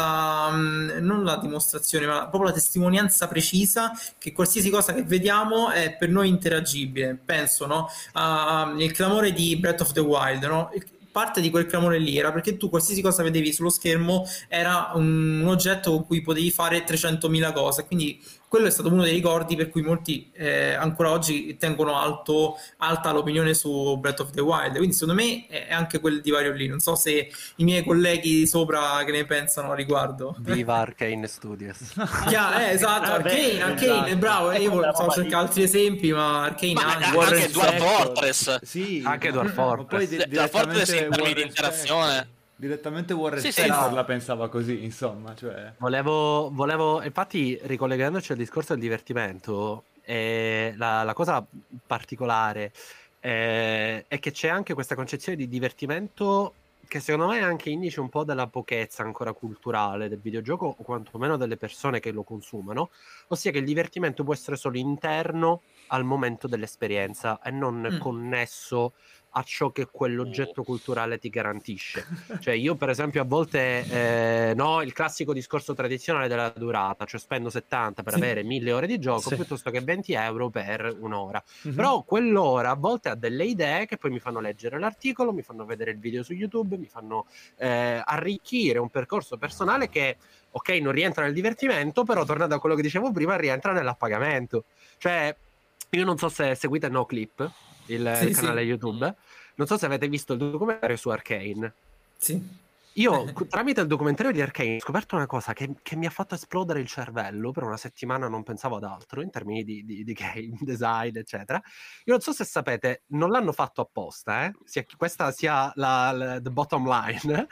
non la dimostrazione, ma proprio la testimonianza precisa che qualsiasi cosa che vediamo è per noi interagibile. Penso, no, al clamore di Breath of the Wild, no? Parte di quel clamore lì era perché tu qualsiasi cosa vedevi sullo schermo era un oggetto con cui potevi fare 300.000 cose, quindi quello è stato uno dei ricordi per cui molti ancora oggi tengono alta l'opinione su Breath of the Wild. Quindi secondo me è anche quel divario lì. Non so se i miei colleghi di sopra che ne pensano a riguardo. Viva Arcane Studios. Esatto, Arcane, bravo. Io stavo cercando altri esempi, ma Arcane anche Dwarf Fortress. Sì, anche Dwarf Fortress. Dwarf Fortress in termini di interazione. Direttamente Warren Spector la pensava così, insomma, cioè... Volevo, infatti, ricollegandoci al discorso del divertimento, la cosa particolare è che c'è anche questa concezione di divertimento che secondo me è anche indice un po' della pochezza ancora culturale del videogioco, o quantomeno delle persone che lo consumano, ossia che il divertimento può essere solo interno al momento dell'esperienza e non connesso a ciò che quell'oggetto culturale ti garantisce. Cioè io per esempio a volte il classico discorso tradizionale della durata, cioè spendo 70 per avere 1000 ore di gioco piuttosto che 20 euro per un'ora. Però quell'ora a volte ha delle idee che poi mi fanno leggere l'articolo, mi fanno vedere il video su YouTube, mi fanno arricchire un percorso personale che ok non rientra nel divertimento, però tornando a quello che dicevo prima rientra nell'appagamento. Cioè io non so se seguite NoClip, il canale YouTube, non so se avete visto il documentario su Arcane. Sì. Io tramite il documentario di Arcane ho scoperto una cosa che mi ha fatto esplodere il cervello. Per una settimana non pensavo ad altro in termini di game design eccetera. Io non so se sapete, non l'hanno fatto apposta, questa sia the bottom line.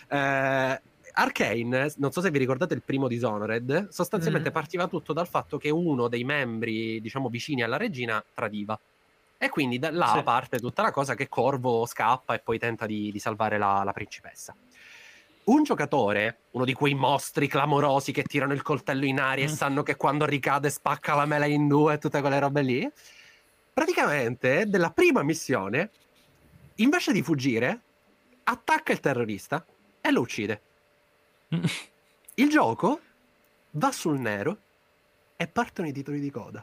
Arcane, non so se vi ricordate il primo Dishonored, sostanzialmente partiva tutto dal fatto che uno dei membri, diciamo, vicini alla regina tradiva. E quindi da là parte tutta la cosa che Corvo scappa e poi tenta di salvare la principessa. Un giocatore, uno di quei mostri clamorosi che tirano il coltello in aria e sanno che quando ricade spacca la mela in due e tutte quelle robe lì, praticamente della prima missione, invece di fuggire, attacca il terrorista e lo uccide. Il gioco va sul nero e partono i titoli di coda.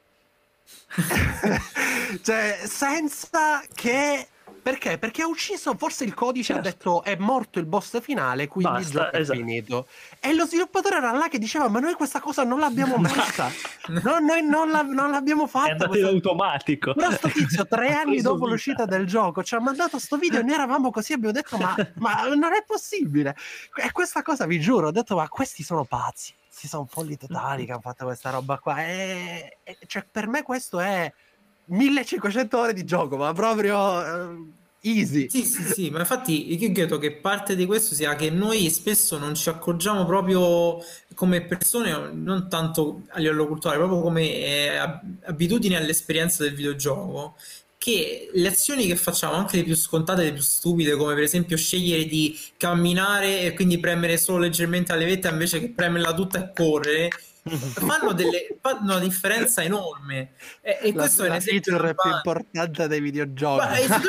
Cioè senza che perché ha ucciso forse il codice, ha detto è morto il boss finale, quindi il gioco è finito, e lo sviluppatore era là che diceva ma noi questa cosa non l'abbiamo messa, noi non l'abbiamo fatta, è andato in automatico. Però sto tizio 3 anni dopo l'uscita del gioco ci ha mandato sto video e noi eravamo così, abbiamo detto ma non è possibile. E questa cosa vi giuro, ho detto ma questi sono pazzi, si sono folli totali che hanno fatto questa roba qua, e cioè per me questo è 1500 ore di gioco, ma proprio easy. Sì, ma infatti io credo che parte di questo sia che noi spesso non ci accorgiamo proprio come persone, non tanto a livello culturale, proprio come abitudini all'esperienza del videogioco, che le azioni che facciamo, anche le più scontate, le più stupide, come per esempio scegliere di camminare e quindi premere solo leggermente la levetta invece che premerla tutta e correre, fanno una differenza enorme, e questo è un esempio feature più importante dei videogiochi.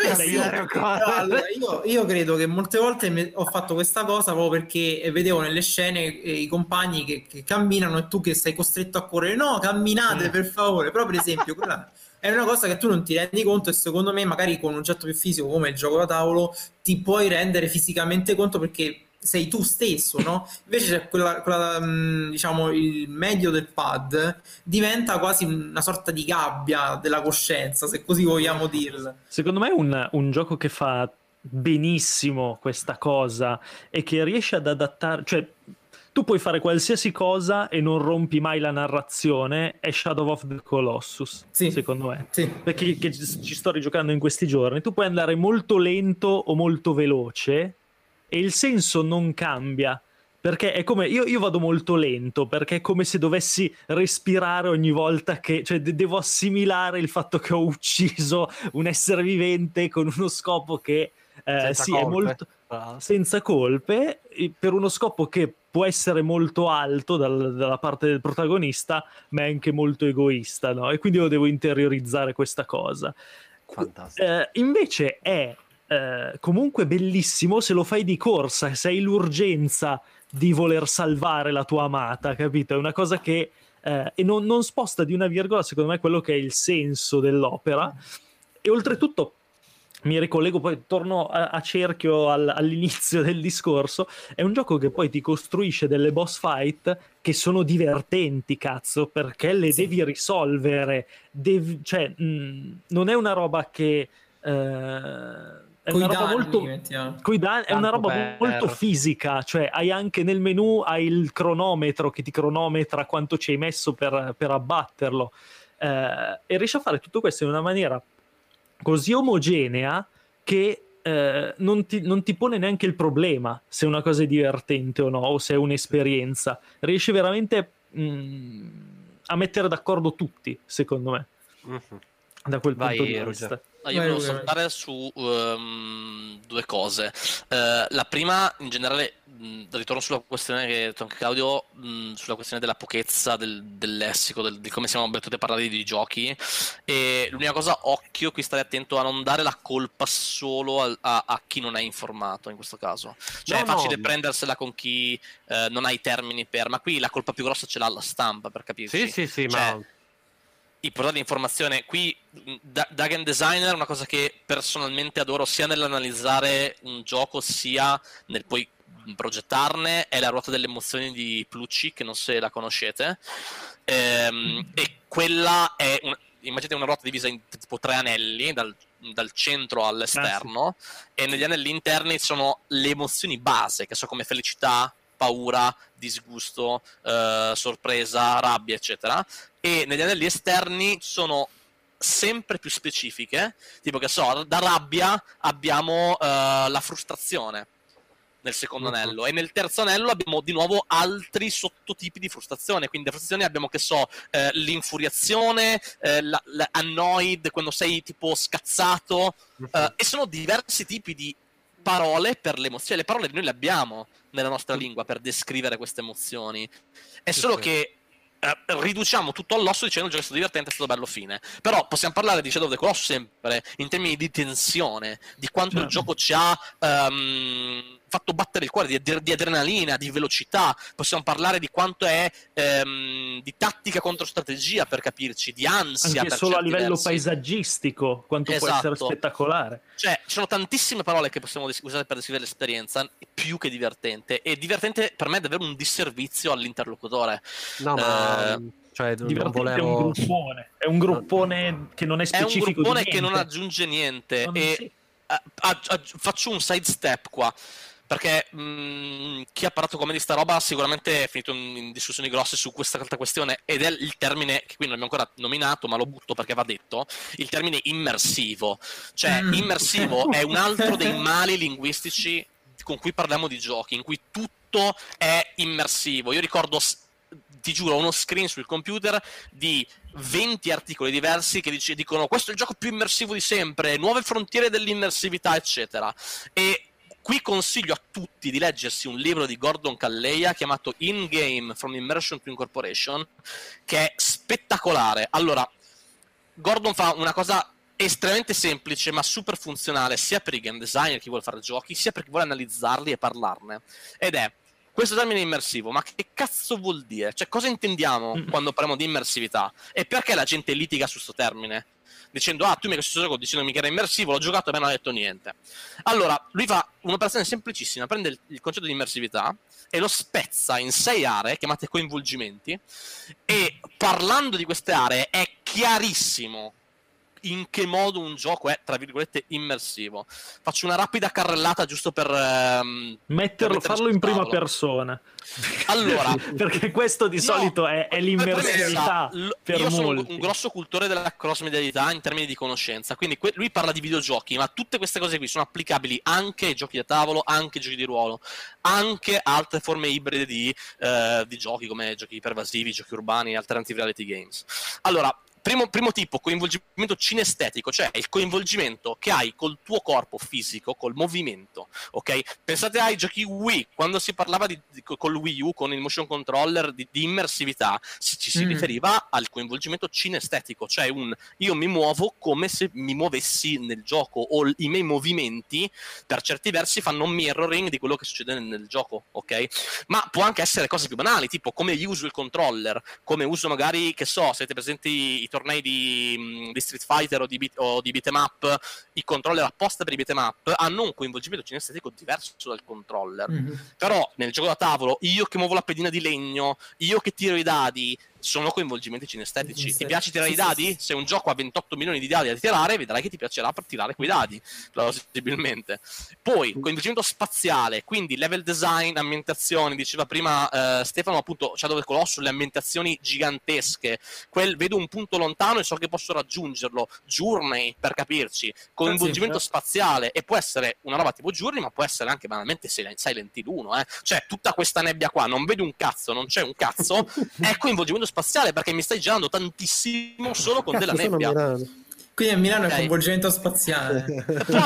Allora, io credo che molte volte ho fatto questa cosa proprio perché vedevo nelle scene i compagni che camminano e tu che sei costretto a correre. No, camminate per favore. Però per esempio quella è una cosa che tu non ti rendi conto, e secondo me magari con un oggetto più fisico come il gioco da tavolo ti puoi rendere fisicamente conto, perché sei tu stesso, no? Invece c'è diciamo, il medio del pad diventa quasi una sorta di gabbia della coscienza, se così vogliamo dirla. Secondo me è un gioco che fa benissimo questa cosa e che riesce ad adattare, cioè tu puoi fare qualsiasi cosa e non rompi mai la narrazione. È Shadow of the Colossus, secondo me, perché che ci sto rigiocando in questi giorni. Tu puoi andare molto lento o molto veloce e il senso non cambia, perché è come io vado molto lento perché è come se dovessi respirare ogni volta che, cioè devo assimilare il fatto che ho ucciso un essere vivente con uno scopo che sì, è molto senza colpe, per uno scopo che può essere molto alto dalla parte del protagonista, ma è anche molto egoista, no? E quindi io devo interiorizzare questa cosa. Fantastico. Invece è comunque bellissimo se lo fai di corsa, se hai l'urgenza di voler salvare la tua amata, capito? È una cosa che e non sposta di una virgola, secondo me, quello che è il senso dell'opera. E oltretutto mi ricollego, poi torno a cerchio all'inizio del discorso, è un gioco che poi ti costruisce delle boss fight che sono divertenti, cazzo, perché le devi risolvere, cioè non è una roba che è una roba molto è una roba molto fisica, cioè hai anche nel menu hai il cronometro che ti cronometra quanto ci hai messo per abbatterlo, e riesci a fare tutto questo in una maniera così omogenea che non ti pone neanche il problema se una cosa è divertente o no, o se è un'esperienza. Riesci veramente a mettere d'accordo tutti, secondo me, da quel punto di vista. Io volevo saltare su due cose. La prima, in generale, ritorno sulla questione che ha detto anche Claudio, sulla questione della pochezza del lessico, di come siamo abituati a parlare di giochi. E l'unica cosa, occhio, qui stare attento a non dare la colpa solo a chi non è informato in questo caso. Cioè è facile prendersela con chi non ha i termini ma qui la colpa più grossa ce l'ha la stampa, per capirci. Sì, cioè, ma i portali di informazione qui da game designer, una cosa che personalmente adoro sia nell'analizzare un gioco sia nel poi progettarne, è la ruota delle emozioni di Plucci, che non se la conoscete, e quella è immaginate una ruota divisa in tipo 3 anelli dal centro all'esterno, e negli anelli interni sono le emozioni base, che sono come felicità, paura, disgusto, sorpresa, rabbia, eccetera. E negli anelli esterni sono sempre più specifiche, tipo che da rabbia abbiamo la frustrazione nel secondo anello, e nel terzo anello abbiamo di nuovo altri sottotipi di frustrazione. Quindi da frustrazione abbiamo l'infuriazione, l'annoyed, quando sei tipo scazzato, e sono diversi tipi di parole per le emozioni. Le parole noi le abbiamo nella nostra lingua per descrivere queste emozioni, è solo che riduciamo tutto all'osso dicendo il gioco è stato divertente, è stato bello, fine. Però possiamo parlare di Shadow of the Colossus sempre in termini di tensione, di quanto il gioco ci ha fatto battere il cuore, di adrenalina, di velocità. Possiamo parlare di quanto è di tattica contro strategia, per capirci, di ansia, anche per solo a livello versi. Paesaggistico, quanto può essere spettacolare. Cioè, ci sono tantissime parole che possiamo usare per descrivere l'esperienza, più che divertente. E divertente per me è davvero un disservizio all'interlocutore. No, ma cioè, divertente è un gruppone. È un gruppone che non è specifico. È un gruppone che non aggiunge niente. Faccio un sidestep qua, perché chi ha parlato con me di sta roba sicuramente è finito in discussioni grosse su questa questione, ed è il termine che qui non abbiamo ancora nominato, ma lo butto perché va detto, il termine immersivo. Cioè immersivo è un altro dei mali linguistici con cui parliamo di giochi, in cui tutto è immersivo. Io ricordo, ti giuro, uno screen sul computer di 20 articoli diversi che dicono questo è il gioco più immersivo di sempre, nuove frontiere dell'immersività, eccetera. E Qui consiglio a tutti di leggersi un libro di Gordon Calleia chiamato In Game From Immersion to Incorporation, che è spettacolare. Allora, Gordon fa una cosa estremamente semplice ma super funzionale sia per i game designer, chi vuole fare giochi, sia per chi vuole analizzarli e parlarne, ed è questo termine immersivo. Ma che cazzo vuol dire? Cioè, cosa intendiamo quando parliamo di immersività? E perché la gente litiga su questo termine? Dicendo, tu mi hai questo gioco dicendomi che era immersivo, l'ho giocato e me non ha detto niente. Allora, lui fa un'operazione semplicissima, prende il concetto di immersività e lo spezza in 6 aree, chiamate coinvolgimenti, e parlando di queste aree è chiarissimo in che modo un gioco è, tra virgolette, immersivo. Faccio una rapida carrellata giusto per farlo in prima persona. Allora, perché questo di solito è l'immersività per io sono molti. un grosso cultore della cross-medialità in termini di conoscenza, quindi lui parla di videogiochi, ma tutte queste cose qui sono applicabili anche ai giochi da tavolo, anche ai giochi di ruolo, anche a altre forme ibride di giochi come giochi pervasivi, giochi urbani, alternative reality games. Allora, Primo tipo, coinvolgimento cinestetico, cioè il coinvolgimento che hai col tuo corpo fisico, col movimento, ok? Pensate ai giochi Wii, quando si parlava col Wii U, con il motion controller, di immersività, ci si riferiva al coinvolgimento cinestetico, cioè io mi muovo come se mi muovessi nel gioco, o i miei movimenti per certi versi fanno un mirroring di quello che succede nel gioco, ok? Ma può anche essere cose più banali, tipo come io uso il controller, come uso magari, che so, siete presenti i tornei di Street Fighter o di beat'em up, i controller apposta per i beat'em up hanno un coinvolgimento cinestetico diverso dal controller. Però nel gioco da tavolo, io che muovo la pedina di legno, io che tiro i dadi, sono coinvolgimenti cinestetici. Ti piace tirare i dadi? Se un gioco ha 28 milioni di dadi da tirare, vedrai che ti piacerà per tirare quei dadi, plausibilmente. Poi, coinvolgimento spaziale, quindi level design, ambientazioni, diceva prima Stefano, appunto, Shadow of the Colossus, le ambientazioni gigantesche, vedo un punto lontano e so che posso raggiungerlo, Journey, per capirci, coinvolgimento spaziale, e può essere una roba tipo Journey, ma può essere anche banalmente Silent Hill 1, cioè tutta questa nebbia qua, non vedo un cazzo, non c'è un cazzo, è coinvolgimento spaziale, perché mi stai girando tantissimo solo con della nebbia. Quindi a Milano è coinvolgimento spaziale. Però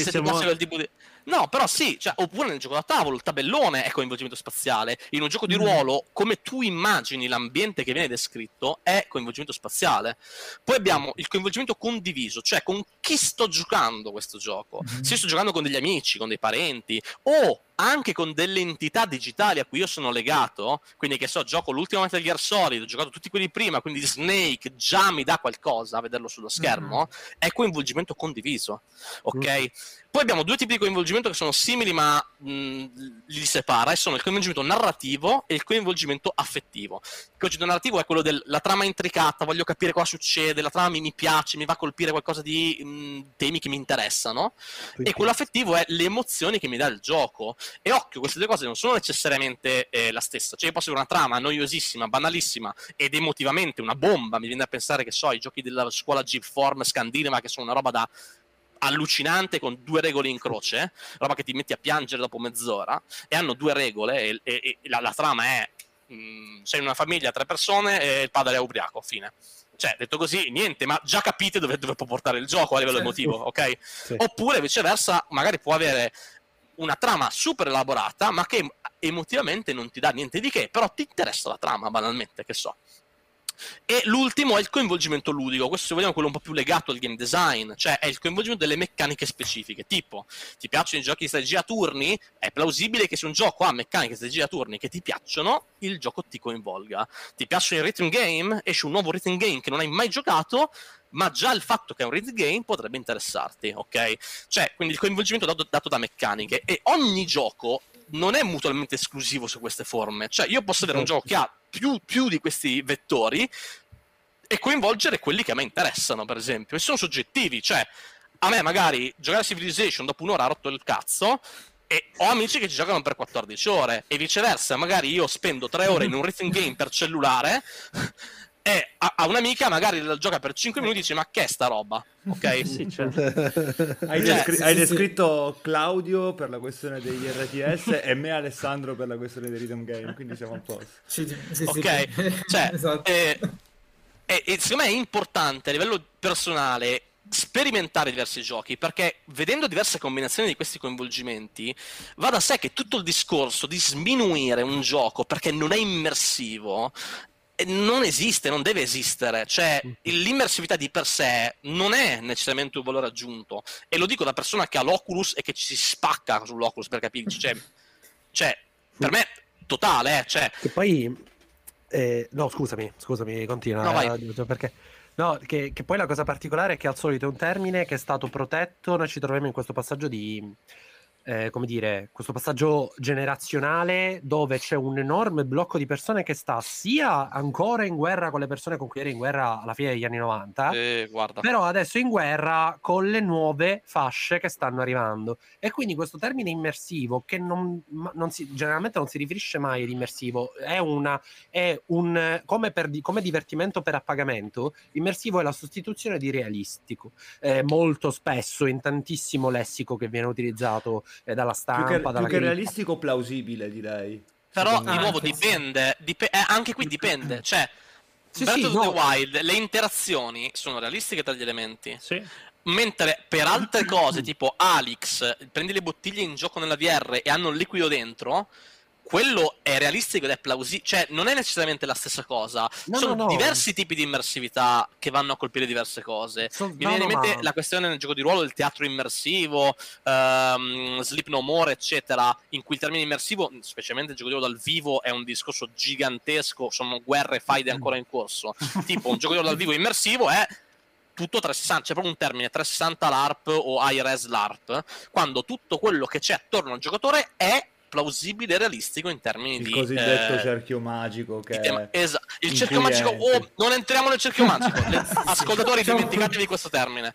il tipo di... No, però sì, cioè, oppure nel gioco da tavolo il tabellone è coinvolgimento spaziale. In un gioco di ruolo, come tu immagini l'ambiente che viene descritto, è coinvolgimento spaziale. Poi abbiamo il coinvolgimento condiviso, cioè con chi sto giocando questo gioco. Se io sto giocando con degli amici, con dei parenti, o anche con delle entità digitali a cui io sono legato, quindi che so, gioco l'ultimo Metal Gear Solid, ho giocato tutti quelli prima, quindi Snake già mi dà qualcosa a vederlo sullo schermo, è coinvolgimento condiviso, ok? Poi abbiamo 2 tipi di coinvolgimento che sono simili ma li separa, e sono il coinvolgimento narrativo e il coinvolgimento affettivo. Il coinvolgimento narrativo è quello della trama intricata, voglio capire cosa succede, la trama mi piace, mi va a colpire qualcosa di temi che mi interessano, e quello affettivo è le emozioni che mi dà il gioco. E occhio, queste 2 cose non sono necessariamente la stessa, cioè io posso avere una trama noiosissima, banalissima ed emotivamente una bomba, mi viene a pensare che so, i giochi della scuola G-Form scandinava, che sono una roba da allucinante, con 2 regole in croce, roba che ti metti a piangere dopo mezz'ora, e hanno 2 regole e la trama è sei in una famiglia, 3 persone e il padre è ubriaco, fine. Cioè, detto così, niente, ma già capite dove può portare il gioco a livello emotivo, ok? Sì. Oppure viceversa, magari può avere una trama super elaborata, ma che emotivamente non ti dà niente di che, però ti interessa la trama, banalmente, che so. E l'ultimo è il coinvolgimento ludico, questo se vogliamo quello un po' più legato al game design, cioè è il coinvolgimento delle meccaniche specifiche, tipo ti piacciono i giochi di strategia a turni? È plausibile che se un gioco ha meccaniche di strategia a turni che ti piacciono, il gioco ti coinvolga. Ti piacciono i rhythm game? Esce un nuovo rhythm game che non hai mai giocato, ma già il fatto che è un rhythm game potrebbe interessarti, ok? Cioè, quindi il coinvolgimento dato da meccaniche, e ogni gioco non è mutualmente esclusivo su queste forme, cioè io posso avere un gioco che ha più di questi vettori e coinvolgere quelli che a me interessano, per esempio, e sono soggettivi, cioè a me magari giocare a Civilization dopo un'ora ha rotto il cazzo, e ho amici che ci giocano per 14 ore, e viceversa, magari io spendo 3 ore in un rhythm game per cellulare e a un'amica magari la gioca per 5 minuti e dice: ma che è sta roba? Ok? Sì, certo. Hai descritto Claudio per la questione degli RTS e me Alessandro per la questione dei rhythm game, quindi siamo a posto. Ok, cioè, esatto. E secondo me è importante a livello personale sperimentare diversi giochi, perché vedendo diverse combinazioni di questi coinvolgimenti va da sé che tutto il discorso di sminuire un gioco perché non è immersivo non esiste, non deve esistere. Cioè, l'immersività di per sé non è necessariamente un valore aggiunto, e lo dico da persona che ha l'Oculus e che ci si spacca sull'Oculus, per capirci. Cioè per me totale, cioè. Che poi no, scusami, continua. No, vai. Perché no, che poi la cosa particolare è che al solito è un termine che è stato protetto. Noi ci troviamo in questo passaggio di come dire, questo passaggio generazionale dove c'è un enorme blocco di persone che sta sia ancora in guerra con le persone con cui era in guerra alla fine degli anni 90, guarda. però adesso in guerra con le nuove fasce che stanno arrivando, e quindi questo termine immersivo, che generalmente non si riferisce mai ad immersivo, è un come divertimento per appagamento. Immersivo è la sostituzione di realistico, molto spesso in tantissimo lessico che viene utilizzato dalla stampa, più che realistico, plausibile, direi. Però di nuovo dipende, anche qui dipende, cioè Breath of the Wild, le interazioni sono realistiche tra gli elementi, mentre per altre cose tipo Alex, prendi le bottiglie in gioco nella VR e hanno il liquido dentro, quello è realistico ed è plausibile, cioè non è necessariamente la stessa cosa. Sono diversi tipi di immersività che vanno a colpire diverse cose. Mi viene in mente la questione nel gioco di ruolo del teatro immersivo, Sleep No More, eccetera, in cui il termine immersivo, specialmente il gioco di ruolo dal vivo, è un discorso gigantesco, sono guerre e faide ancora in corso. Tipo un gioco di ruolo dal vivo immersivo è tutto 360, c'è proprio un termine 360 LARP o high-res LARP, quando tutto quello che c'è attorno al giocatore è plausibile e realistico in termini il di cosiddetto cerchio magico, che il cerchio magico. Non entriamo nel cerchio magico. Ascoltatori, dimenticatevi di questo termine.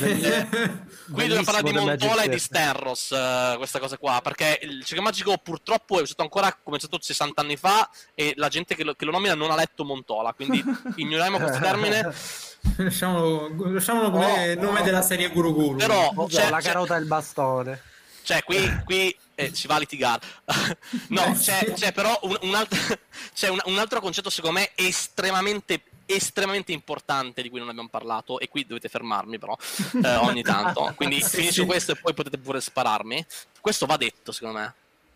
Qui dobbiamo parlare di Montola e di Stenros, questa cosa qua, perché il cerchio magico purtroppo è usato ancora come è stato 60 anni fa, e la gente che lo nomina non ha letto Montola, quindi ignoriamo questo termine. Lasciamolo come nome della serie Guru Guru. Però la carota e il bastone. Cioè, qui si va a litigare. No, c'è però un altro concetto, secondo me, estremamente importante, di cui non abbiamo parlato, e qui dovete fermarmi però ogni tanto. Quindi finisco questo e poi potete pure spararmi. Questo va detto, secondo me.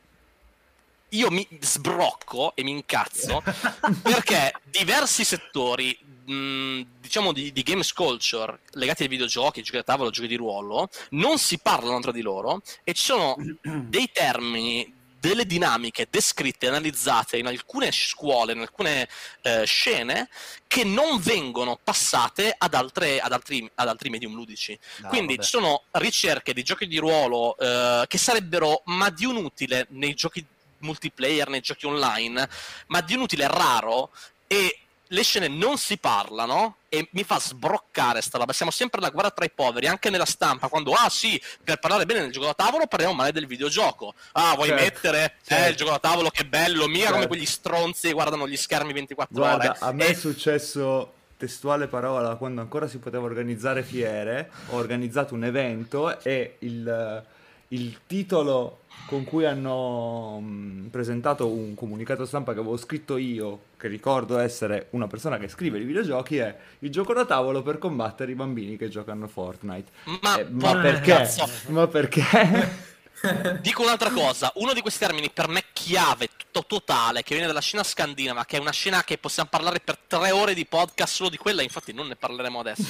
Io mi sbrocco e mi incazzo perché diversi settori, diciamo di games culture legati ai videogiochi, giochi da tavolo, giochi di ruolo, non si parlano tra di loro, e ci sono dei termini, delle dinamiche descritte e analizzate in alcune scuole, in alcune scene, che non vengono passate ad altri medium ludici. Quindi ci sono ricerche di giochi di ruolo che sarebbero ma di un utile nei giochi multiplayer, nei giochi online, ma di un utile raro, e le scene non si parlano, e mi fa sbroccare sta roba. Siamo sempre alla guerra tra i poveri, anche nella stampa, quando sì, per parlare bene del gioco da tavolo parliamo male del videogioco. Vuoi mettere il gioco da tavolo, che bello, come quegli stronzi guardano gli schermi 24 ore. A me è successo, testuale parola, quando ancora si poteva organizzare fiere, ho organizzato un evento e il titolo con cui hanno presentato un comunicato stampa che avevo scritto io, che ricordo essere una persona che scrive i videogiochi, è il gioco da tavolo per combattere i bambini che giocano a Fortnite. Ma perché? Ma perché? Dico un'altra cosa, uno di questi termini per me chiave, totale, che viene dalla scena scandinava, che è una scena che possiamo parlare per 3 ore di podcast solo di quella, infatti non ne parleremo adesso.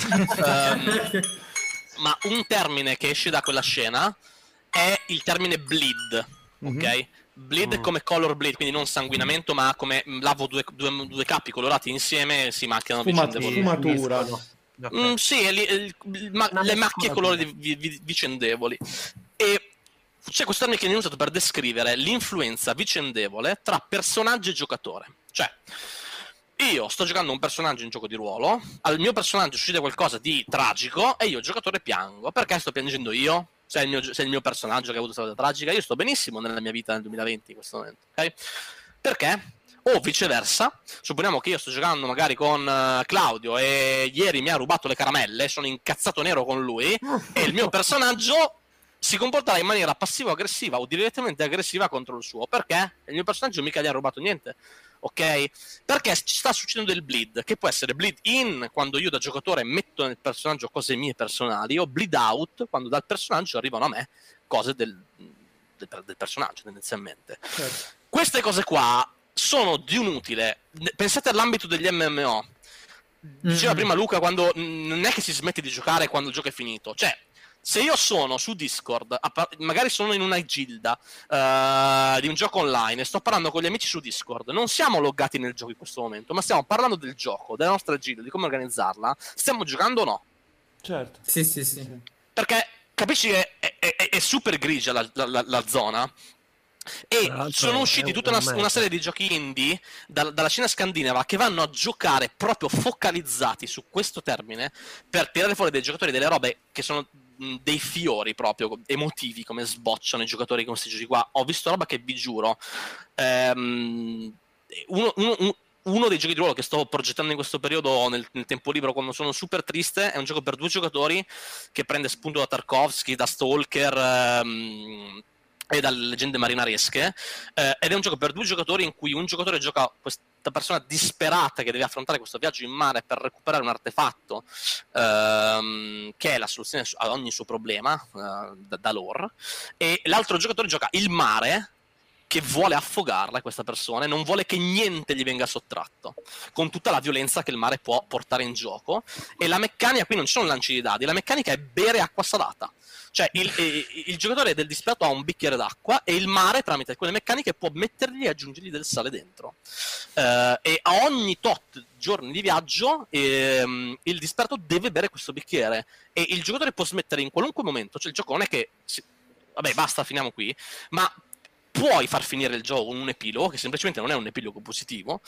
Ma un termine che esce da quella scena è il termine bleed, ok? Bleed come color bleed, quindi non sanguinamento, ma come lavo due capi colorati insieme, si macchiano vicendevolmente. Sfumatura. Sì, le macchie colori vicendevoli. E c'è questo termine che viene usato per descrivere l'influenza vicendevole tra personaggio e giocatore. Cioè, io sto giocando un personaggio in gioco di ruolo, al mio personaggio succede qualcosa di tragico e io giocatore piango. Perché sto piangendo io? Se è il mio personaggio che ha avuto questa cosa tragica, io sto benissimo nella mia vita nel 2020 in questo momento, ok? Perché? O viceversa, supponiamo che io sto giocando magari con Claudio e ieri mi ha rubato le caramelle, sono incazzato nero con lui e il mio personaggio si comporterà in maniera passivo-aggressiva o direttamente aggressiva contro il suo. Perché? Il mio personaggio mica gli ha rubato niente. ok? Perché ci sta succedendo del bleed, che può essere bleed in, quando io da giocatore metto nel personaggio cose mie personali, o bleed out, quando dal personaggio arrivano a me cose del personaggio, tendenzialmente. Certo. Queste cose qua sono di un utile. Pensate all'ambito degli MMO. Diceva prima Luca, quando non è che si smette di giocare quando il gioco è finito. Cioè, se io sono su Discord, magari sono in una gilda di un gioco online e sto parlando con gli amici su Discord, non siamo loggati nel gioco in questo momento, ma stiamo parlando del gioco, della nostra gilda, di come organizzarla. Stiamo giocando o no? Certo. Sì. Perché capisci che è super grigia la zona. E sono usciti tutta una serie di giochi indie dalla scena scandinava che vanno a giocare proprio focalizzati su questo termine per tirare fuori dei giocatori delle robe che sono dei fiori proprio emotivi, come sbocciano i giocatori con questi giochi qua. Ho visto roba che vi giuro, uno dei giochi di ruolo che sto progettando in questo periodo nel tempo libero quando sono super triste è un gioco per 2 giocatori che prende spunto da Tarkovsky, da Stalker e dalle leggende marinaresche, ed è un gioco per 2 giocatori in cui un giocatore gioca questa persona disperata che deve affrontare questo viaggio in mare per recuperare un artefatto che è la soluzione a ogni suo problema da lore, e l'altro giocatore gioca il mare che vuole affogarla questa persona e non vuole che niente gli venga sottratto, con tutta la violenza che il mare può portare in gioco. E la meccanica, qui non ci sono lanci di dadi, la meccanica è bere acqua salata. Cioè il giocatore del disperato ha un bicchiere d'acqua e il mare, tramite quelle meccaniche, può mettergli e aggiungergli del sale dentro. E a ogni tot giorni di viaggio il disperato deve bere questo bicchiere e il giocatore può smettere in qualunque momento. Cioè il gioco non è che vabbè, basta, finiamo qui, ma puoi far finire il gioco con un epilogo che semplicemente non è un epilogo positivo,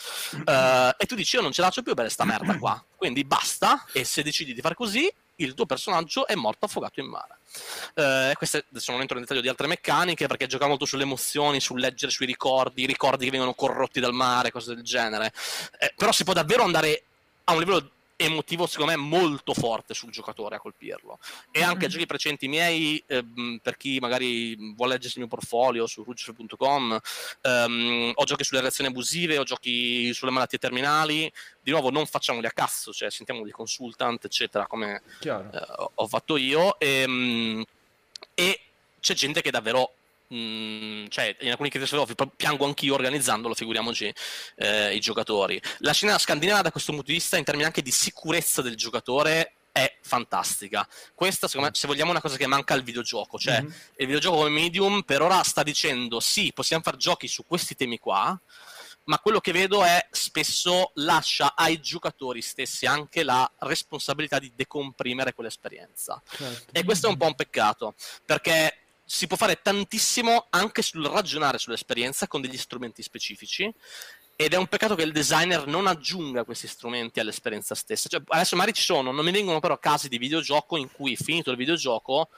e tu dici io non ce la faccio più per sta merda qua, quindi basta. E se decidi di fare così, il tuo personaggio è morto affogato in mare. Queste adesso non entro nel dettaglio di altre meccaniche perché gioca molto sulle emozioni, sul leggere sui ricordi, i ricordi che vengono corrotti dal mare, cose del genere, però si può davvero andare a un livello emotivo secondo me molto forte sul giocatore a colpirlo. E anche giochi precedenti miei, per chi magari vuole leggersi il mio portfolio su ruggero.com, ho giochi sulle reazioni abusive, ho giochi sulle malattie terminali. Di nuovo non facciamoli a cazzo, cioè sentiamo dei consultant eccetera come ho fatto io, e c'è gente che davvero cioè in alcuni casi piango anch'io organizzandolo, figuriamoci i giocatori. La scena scandinava da questo punto di vista, in termini anche di sicurezza del giocatore, è fantastica. Questa secondo me, se vogliamo, è una cosa che manca al videogioco. Cioè il videogioco come medium per ora sta dicendo sì, possiamo fare giochi su questi temi qua, ma quello che vedo è spesso lascia ai giocatori stessi anche la responsabilità di decomprimere quell'esperienza. E questo è un po' un peccato, perché si può fare tantissimo anche sul ragionare sull'esperienza con degli strumenti specifici, ed è un peccato che il designer non aggiunga questi strumenti all'esperienza stessa. Cioè, adesso magari ci sono, non mi vengono però casi di videogioco in cui, finito il videogioco,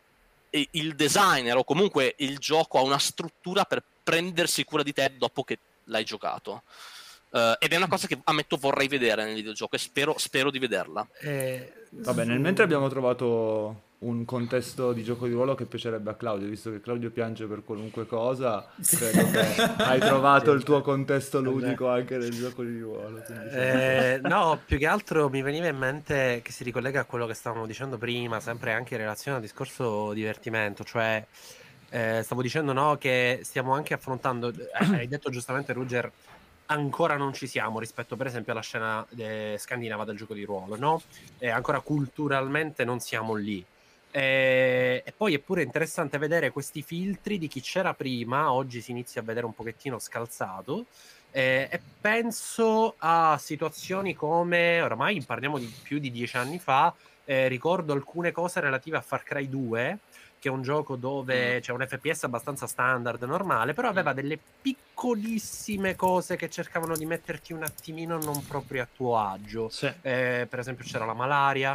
il designer o comunque il gioco ha una struttura per prendersi cura di te dopo che l'hai giocato. Ed è una cosa che ammetto vorrei vedere nel videogioco e spero di vederla. Vabbè, nel mentre abbiamo trovato un contesto di gioco di ruolo che piacerebbe a Claudio, visto che Claudio piange per qualunque cosa, credo che hai trovato il tuo contesto ludico anche nel gioco di ruolo. No, più che altro mi veniva in mente che si ricollega a quello che stavamo dicendo prima, sempre anche in relazione al discorso divertimento, cioè stavo dicendo, no, che stiamo anche affrontando, hai detto giustamente Ruger, ancora non ci siamo rispetto per esempio alla scena scandinava del gioco di ruolo, no? Ancora culturalmente non siamo lì. E poi è pure interessante vedere questi filtri di chi c'era prima, oggi si inizia a vedere un pochettino scalzato, e penso a situazioni come, oramai parliamo di più di 10 anni fa, ricordo alcune cose relative a Far Cry 2, che è un gioco dove c'è un FPS abbastanza standard, normale, però aveva delle piccolissime cose che cercavano di metterti un attimino non proprio a tuo agio. Sì. Per esempio c'era la malaria,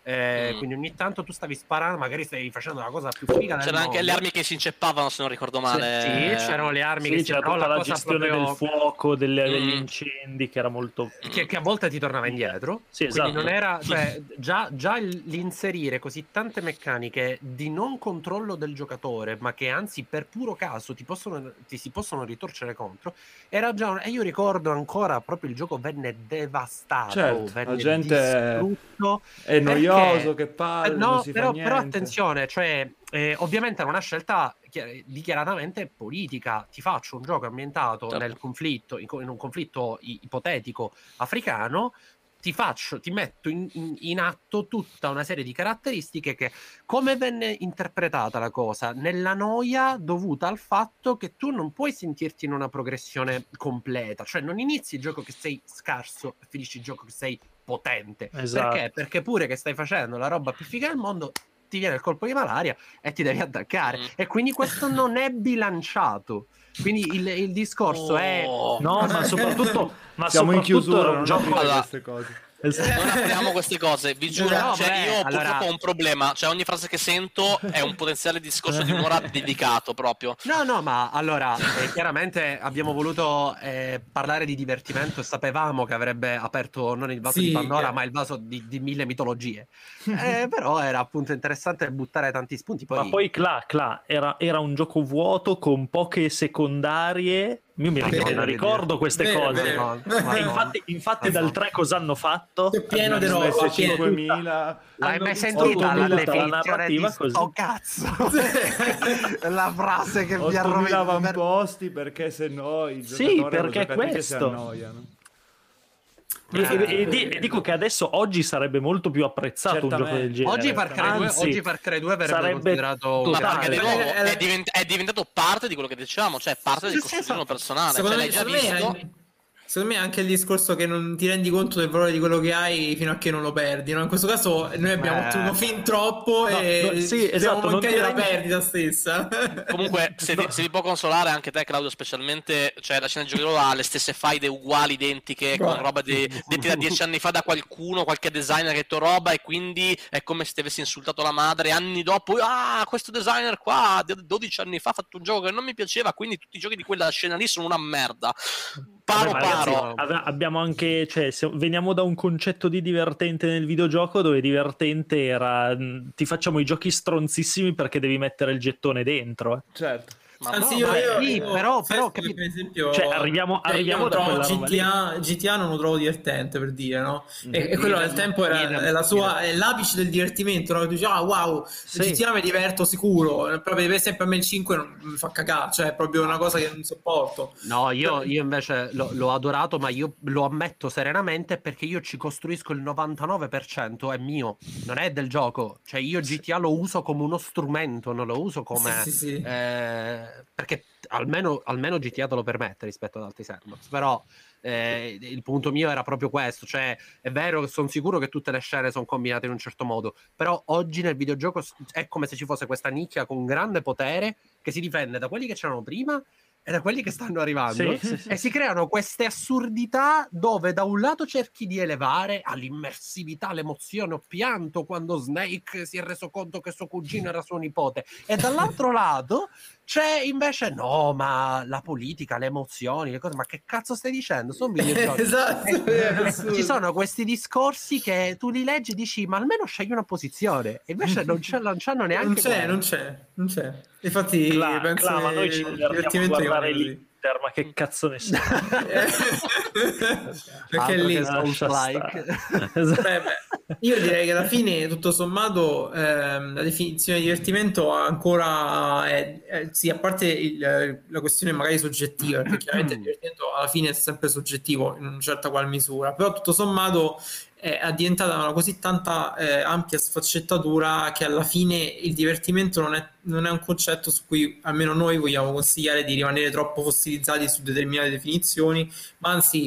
quindi ogni tanto tu stavi sparando, magari stavi facendo la cosa più figa del C'erano anche mondo. le armi che si inceppavano, se non ricordo male. Sì, c'erano le armi che c'era tutta la gestione del fuoco, degli incendi, che era molto... Che a volte ti tornava indietro. Sì, quindi esatto. non era, cioè, già l'inserire così tante meccaniche di non controllo del giocatore, ma che anzi per puro caso ti si possono ritorcere contro, era già e io ricordo ancora proprio il gioco venne devastato, Certo, venne la gente distrutto, è noioso, che perché, palle, no, non si fa però niente. attenzione, cioè ovviamente era una scelta dichiaratamente politica. Ti faccio un gioco ambientato Certo. nel conflitto, in un conflitto ipotetico africano, ti metto in atto tutta una serie di caratteristiche che, come venne interpretata la cosa, nella noia dovuta al fatto che tu non puoi sentirti in una progressione completa, cioè non inizi il gioco che sei scarso e finisci il gioco che sei potente. Esatto. Perché? Perché pure che stai facendo la roba più figa del mondo ti viene il colpo di malaria e ti devi attaccare, e quindi questo non è bilanciato. Quindi il discorso è no, ma soprattutto siamo in chiusura, non gioco aprire Allora, queste cose. non apriamo queste cose, vi giuro. No, Cioè, beh, io allora- purtroppo ho un problema. Cioè, ogni frase che sento è un potenziale discorso di un'ora dedicato proprio. No, ma allora, chiaramente abbiamo voluto parlare di divertimento e sapevamo che avrebbe aperto non il vaso Sì, di Pandora, ma il vaso di mille mitologie. Però era appunto interessante buttare tanti spunti. Ma poi Cla, era un gioco vuoto con poche secondarie. Io mi ricordo queste Vero, cose. vero. E infatti dal 3 cosa hanno fatto? È pieno di Hanno roba, messo pieno. 5.000. L'hai hanno mai visto sentita la tutta definizione narrativa di così. sto cazzo? La frase che vi 8.000 arrovina avamposti, perché se no i Sì, giocatori perché e le giocatrici si questo. annoiano. E dico che adesso oggi sarebbe molto più apprezzato un gioco del genere. Oggi Far Cry 2 verrebbe sarebbe considerato Ma totale. perché di nuovo È- è diventato parte di quello che dicevamo, cioè parte del costruzione personale. Cioè, Secondo l'hai me, già visto. secondo me è anche il discorso che non ti rendi conto del valore di quello che hai fino a che non lo perdi, no? In questo caso noi abbiamo ottenuto fin troppo e sì, esatto, siamo non mancati ti la rendi- perdita stessa. Comunque, se vi può consolare anche te, Claudio, specialmente, cioè la sceneggiatura ha le stesse faide uguali, identiche, con roba dette da 10 anni fa da qualcuno, qualche designer che ha detto roba, e quindi è come se ti avessi insultato la madre anni dopo. Questo designer qua 12 anni fa ha fatto un gioco che non mi piaceva, quindi tutti i giochi di quella scena lì sono una merda. Vabbè, ma ragazzi, abbiamo anche, cioè, veniamo da un concetto di divertente nel videogioco, dove divertente era ti facciamo i giochi stronzissimi perché devi mettere il gettone dentro. Certo. Anzi, però per esempio, cioè, arriviamo da quella roba lì. GTA non lo trovo divertente, per dire, no? E quello al tempo è l'apice del divertimento, no? Tu dici, wow, Sì. GTA mi diverto sicuro, proprio per esempio a me il 5 non mi fa cagare, cioè è proprio una cosa che non sopporto. No, io invece l'ho adorato, ma io lo ammetto serenamente, perché io ci costruisco il 99% è mio, non è del gioco. Cioè io GTA lo uso come uno strumento, non lo uso come... Sì. Perché almeno GTA te lo permette rispetto ad altri sandbox, però il punto mio era proprio questo, cioè è vero che sono sicuro che tutte le scene sono combinate in un certo modo, però oggi nel videogioco è come se ci fosse questa nicchia con grande potere che si difende da quelli che c'erano prima e da quelli che stanno arrivando, Sì. e si creano queste assurdità dove da un lato cerchi di elevare all'immersività l'emozione. Ho pianto quando Snake si è reso conto che suo cugino era suo nipote, e dall'altro lato c'è invece no, ma la politica, le emozioni, le cose, ma che cazzo stai dicendo? Sono videogiochi. Esatto. Ci sono questi discorsi che tu li leggi e dici ma almeno scegli una posizione, e invece non c'hanno neanche non c'è. Infatti penso ma noi ci il divertiamo a guardare così. l'Inter, ma che cazzo ne sa? Perché lì io direi che alla fine tutto sommato la definizione di divertimento ancora sì, a parte la questione magari soggettiva, perché chiaramente il divertimento alla fine è sempre soggettivo in una certa qual misura, però tutto sommato è diventata una così tanta ampia sfaccettatura che alla fine il divertimento non è un concetto su cui almeno noi vogliamo consigliare di rimanere troppo fossilizzati su determinate definizioni, ma anzi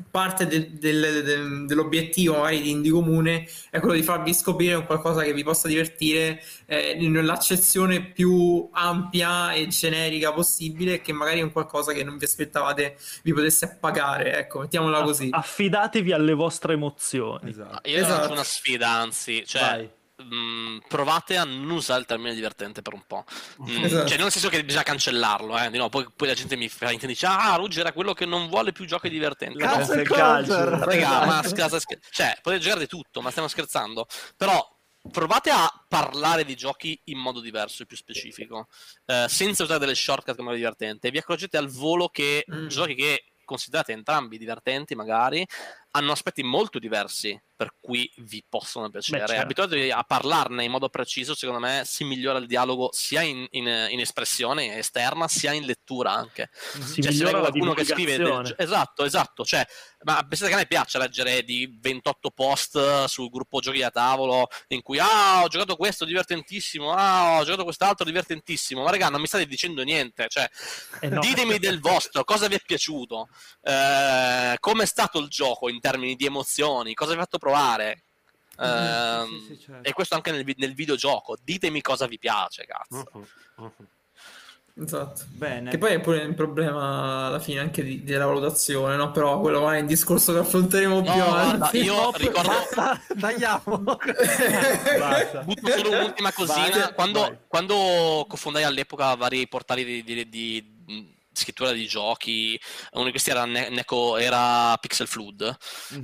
parte dell'obiettivo magari di Indie Comune è quello di farvi scoprire un qualcosa che vi possa divertire nell'accezione più ampia e generica possibile, che magari è un qualcosa che non vi aspettavate vi potesse appagare, ecco, mettiamola così. Affidatevi alle vostre emozioni. Esatto. Io faccio una sfida, anzi, cioè Vai. provate a non usare il termine divertente per un po'. Esatto. Cioè, non nel senso che bisogna cancellarlo, di no, poi la gente mi fa intendere, dice, Ruggero era quello che non vuole più giochi divertenti. No, Cancel culture. raga, ma cioè, potete giocare di tutto, ma stiamo scherzando. Però provate a parlare di giochi in modo diverso e più specifico, senza usare delle shortcut come divertente. Vi accorgete al volo che giochi che considerate entrambi divertenti magari hanno aspetti molto diversi per cui vi possono piacere. Certo. Abituatevi a parlarne in modo preciso, secondo me si migliora il dialogo sia in espressione esterna sia in lettura anche. Si Cioè, se migliora leggo la qualcuno che scrive divulgazione. esatto, cioè, ma pensate che a me piace leggere di 28 post sul gruppo giochi da tavolo in cui ho giocato questo divertentissimo, ho giocato quest'altro divertentissimo, ma raga, non mi state dicendo niente, cioè No. ditemi del vostro, cosa vi è piaciuto, come è stato il gioco in termini di emozioni, cosa vi ha fatto provare. Sì, certo. E questo anche nel videogioco, ditemi cosa vi piace, cazzo. Esatto. Bene. Che poi è pure un problema alla fine anche della valutazione, no? Però quello è un discorso che affronteremo più avanti. Guarda, io ricordo, Tagliamo. Basta. butto solo un'ultima cosina. Vai. Quando cofondai all'epoca vari portali di scrittura di giochi, uno di questi era Pixel Flood.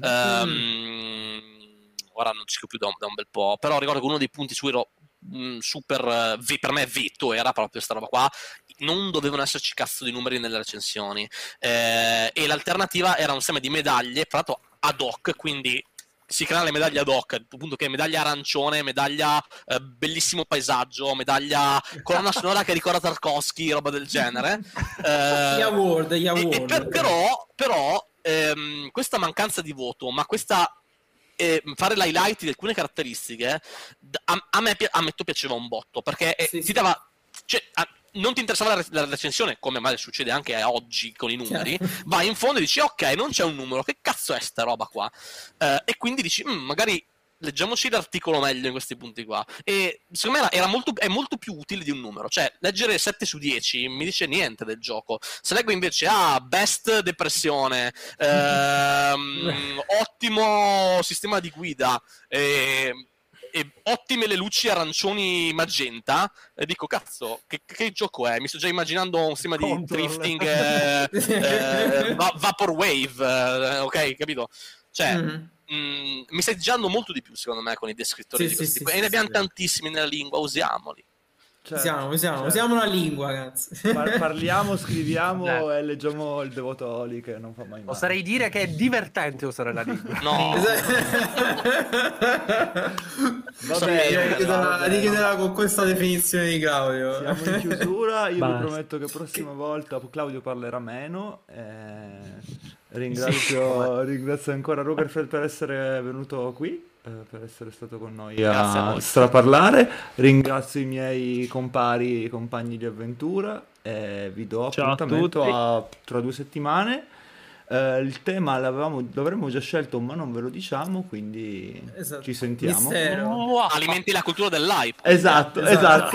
Ora non ci scrivo più da un bel po', però ricordo che uno dei punti su cui ero super per me vetto era proprio questa roba qua. Non dovevano esserci cazzo di numeri nelle recensioni, e l'alternativa era un sistema di medaglie fatto ad hoc, quindi si creano le medaglie ad hoc, appunto, che medaglia arancione, medaglia bellissimo paesaggio, medaglia colonna sonora che ricorda Tarkovsky, roba del genere. Gli award. Però questa mancanza di voto, ma questa fare l'highlight di alcune caratteristiche a me piaceva un botto, perché ti dava, cioè, non ti interessava la recensione, come magari succede anche oggi con i numeri, vai in fondo e dici ok, non c'è un numero, che cazzo è sta roba qua, e quindi dici magari leggiamoci l'articolo meglio in questi punti qua. E secondo me è molto più utile di un numero. Cioè, leggere 7 su 10 mi dice niente del gioco. Se leggo invece best depressione, ottimo sistema di guida, e ottime le luci arancioni magenta, e dico cazzo, che gioco è? Mi sto già immaginando un sistema di drifting, vaporwave, ok, capito? Cioè mi stai girando molto di più, secondo me, con i descrittori di questi e ne abbiamo tantissimi nella lingua, usiamoli. Certo, usiamo la lingua, ragazzi. Parliamo, scriviamo e leggiamo il Devoto Oli, che non fa mai male. Oserei dire che è divertente usare la lingua. No. Va bene, richiederà con questa definizione di Claudio. siamo in chiusura. Io vi Basta. prometto che prossima volta Claudio parlerà meno. Ringrazio ancora Rogerfeld per essere venuto qui, per essere stato con noi Grazie a a voi. straparlare. Ringrazio i miei compagni di avventura e vi do Ciao a appuntamento tutti. tra 2 settimane. Il tema l'avremmo già scelto, ma non ve lo diciamo, quindi Esatto. ci sentiamo. Mistero. Alimenti la cultura dell'hype. Esatto.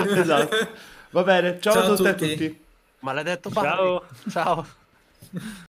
Va bene, ciao a Ciao a tutte e a tutti. tutti. Maledetto Ciao. Ciao.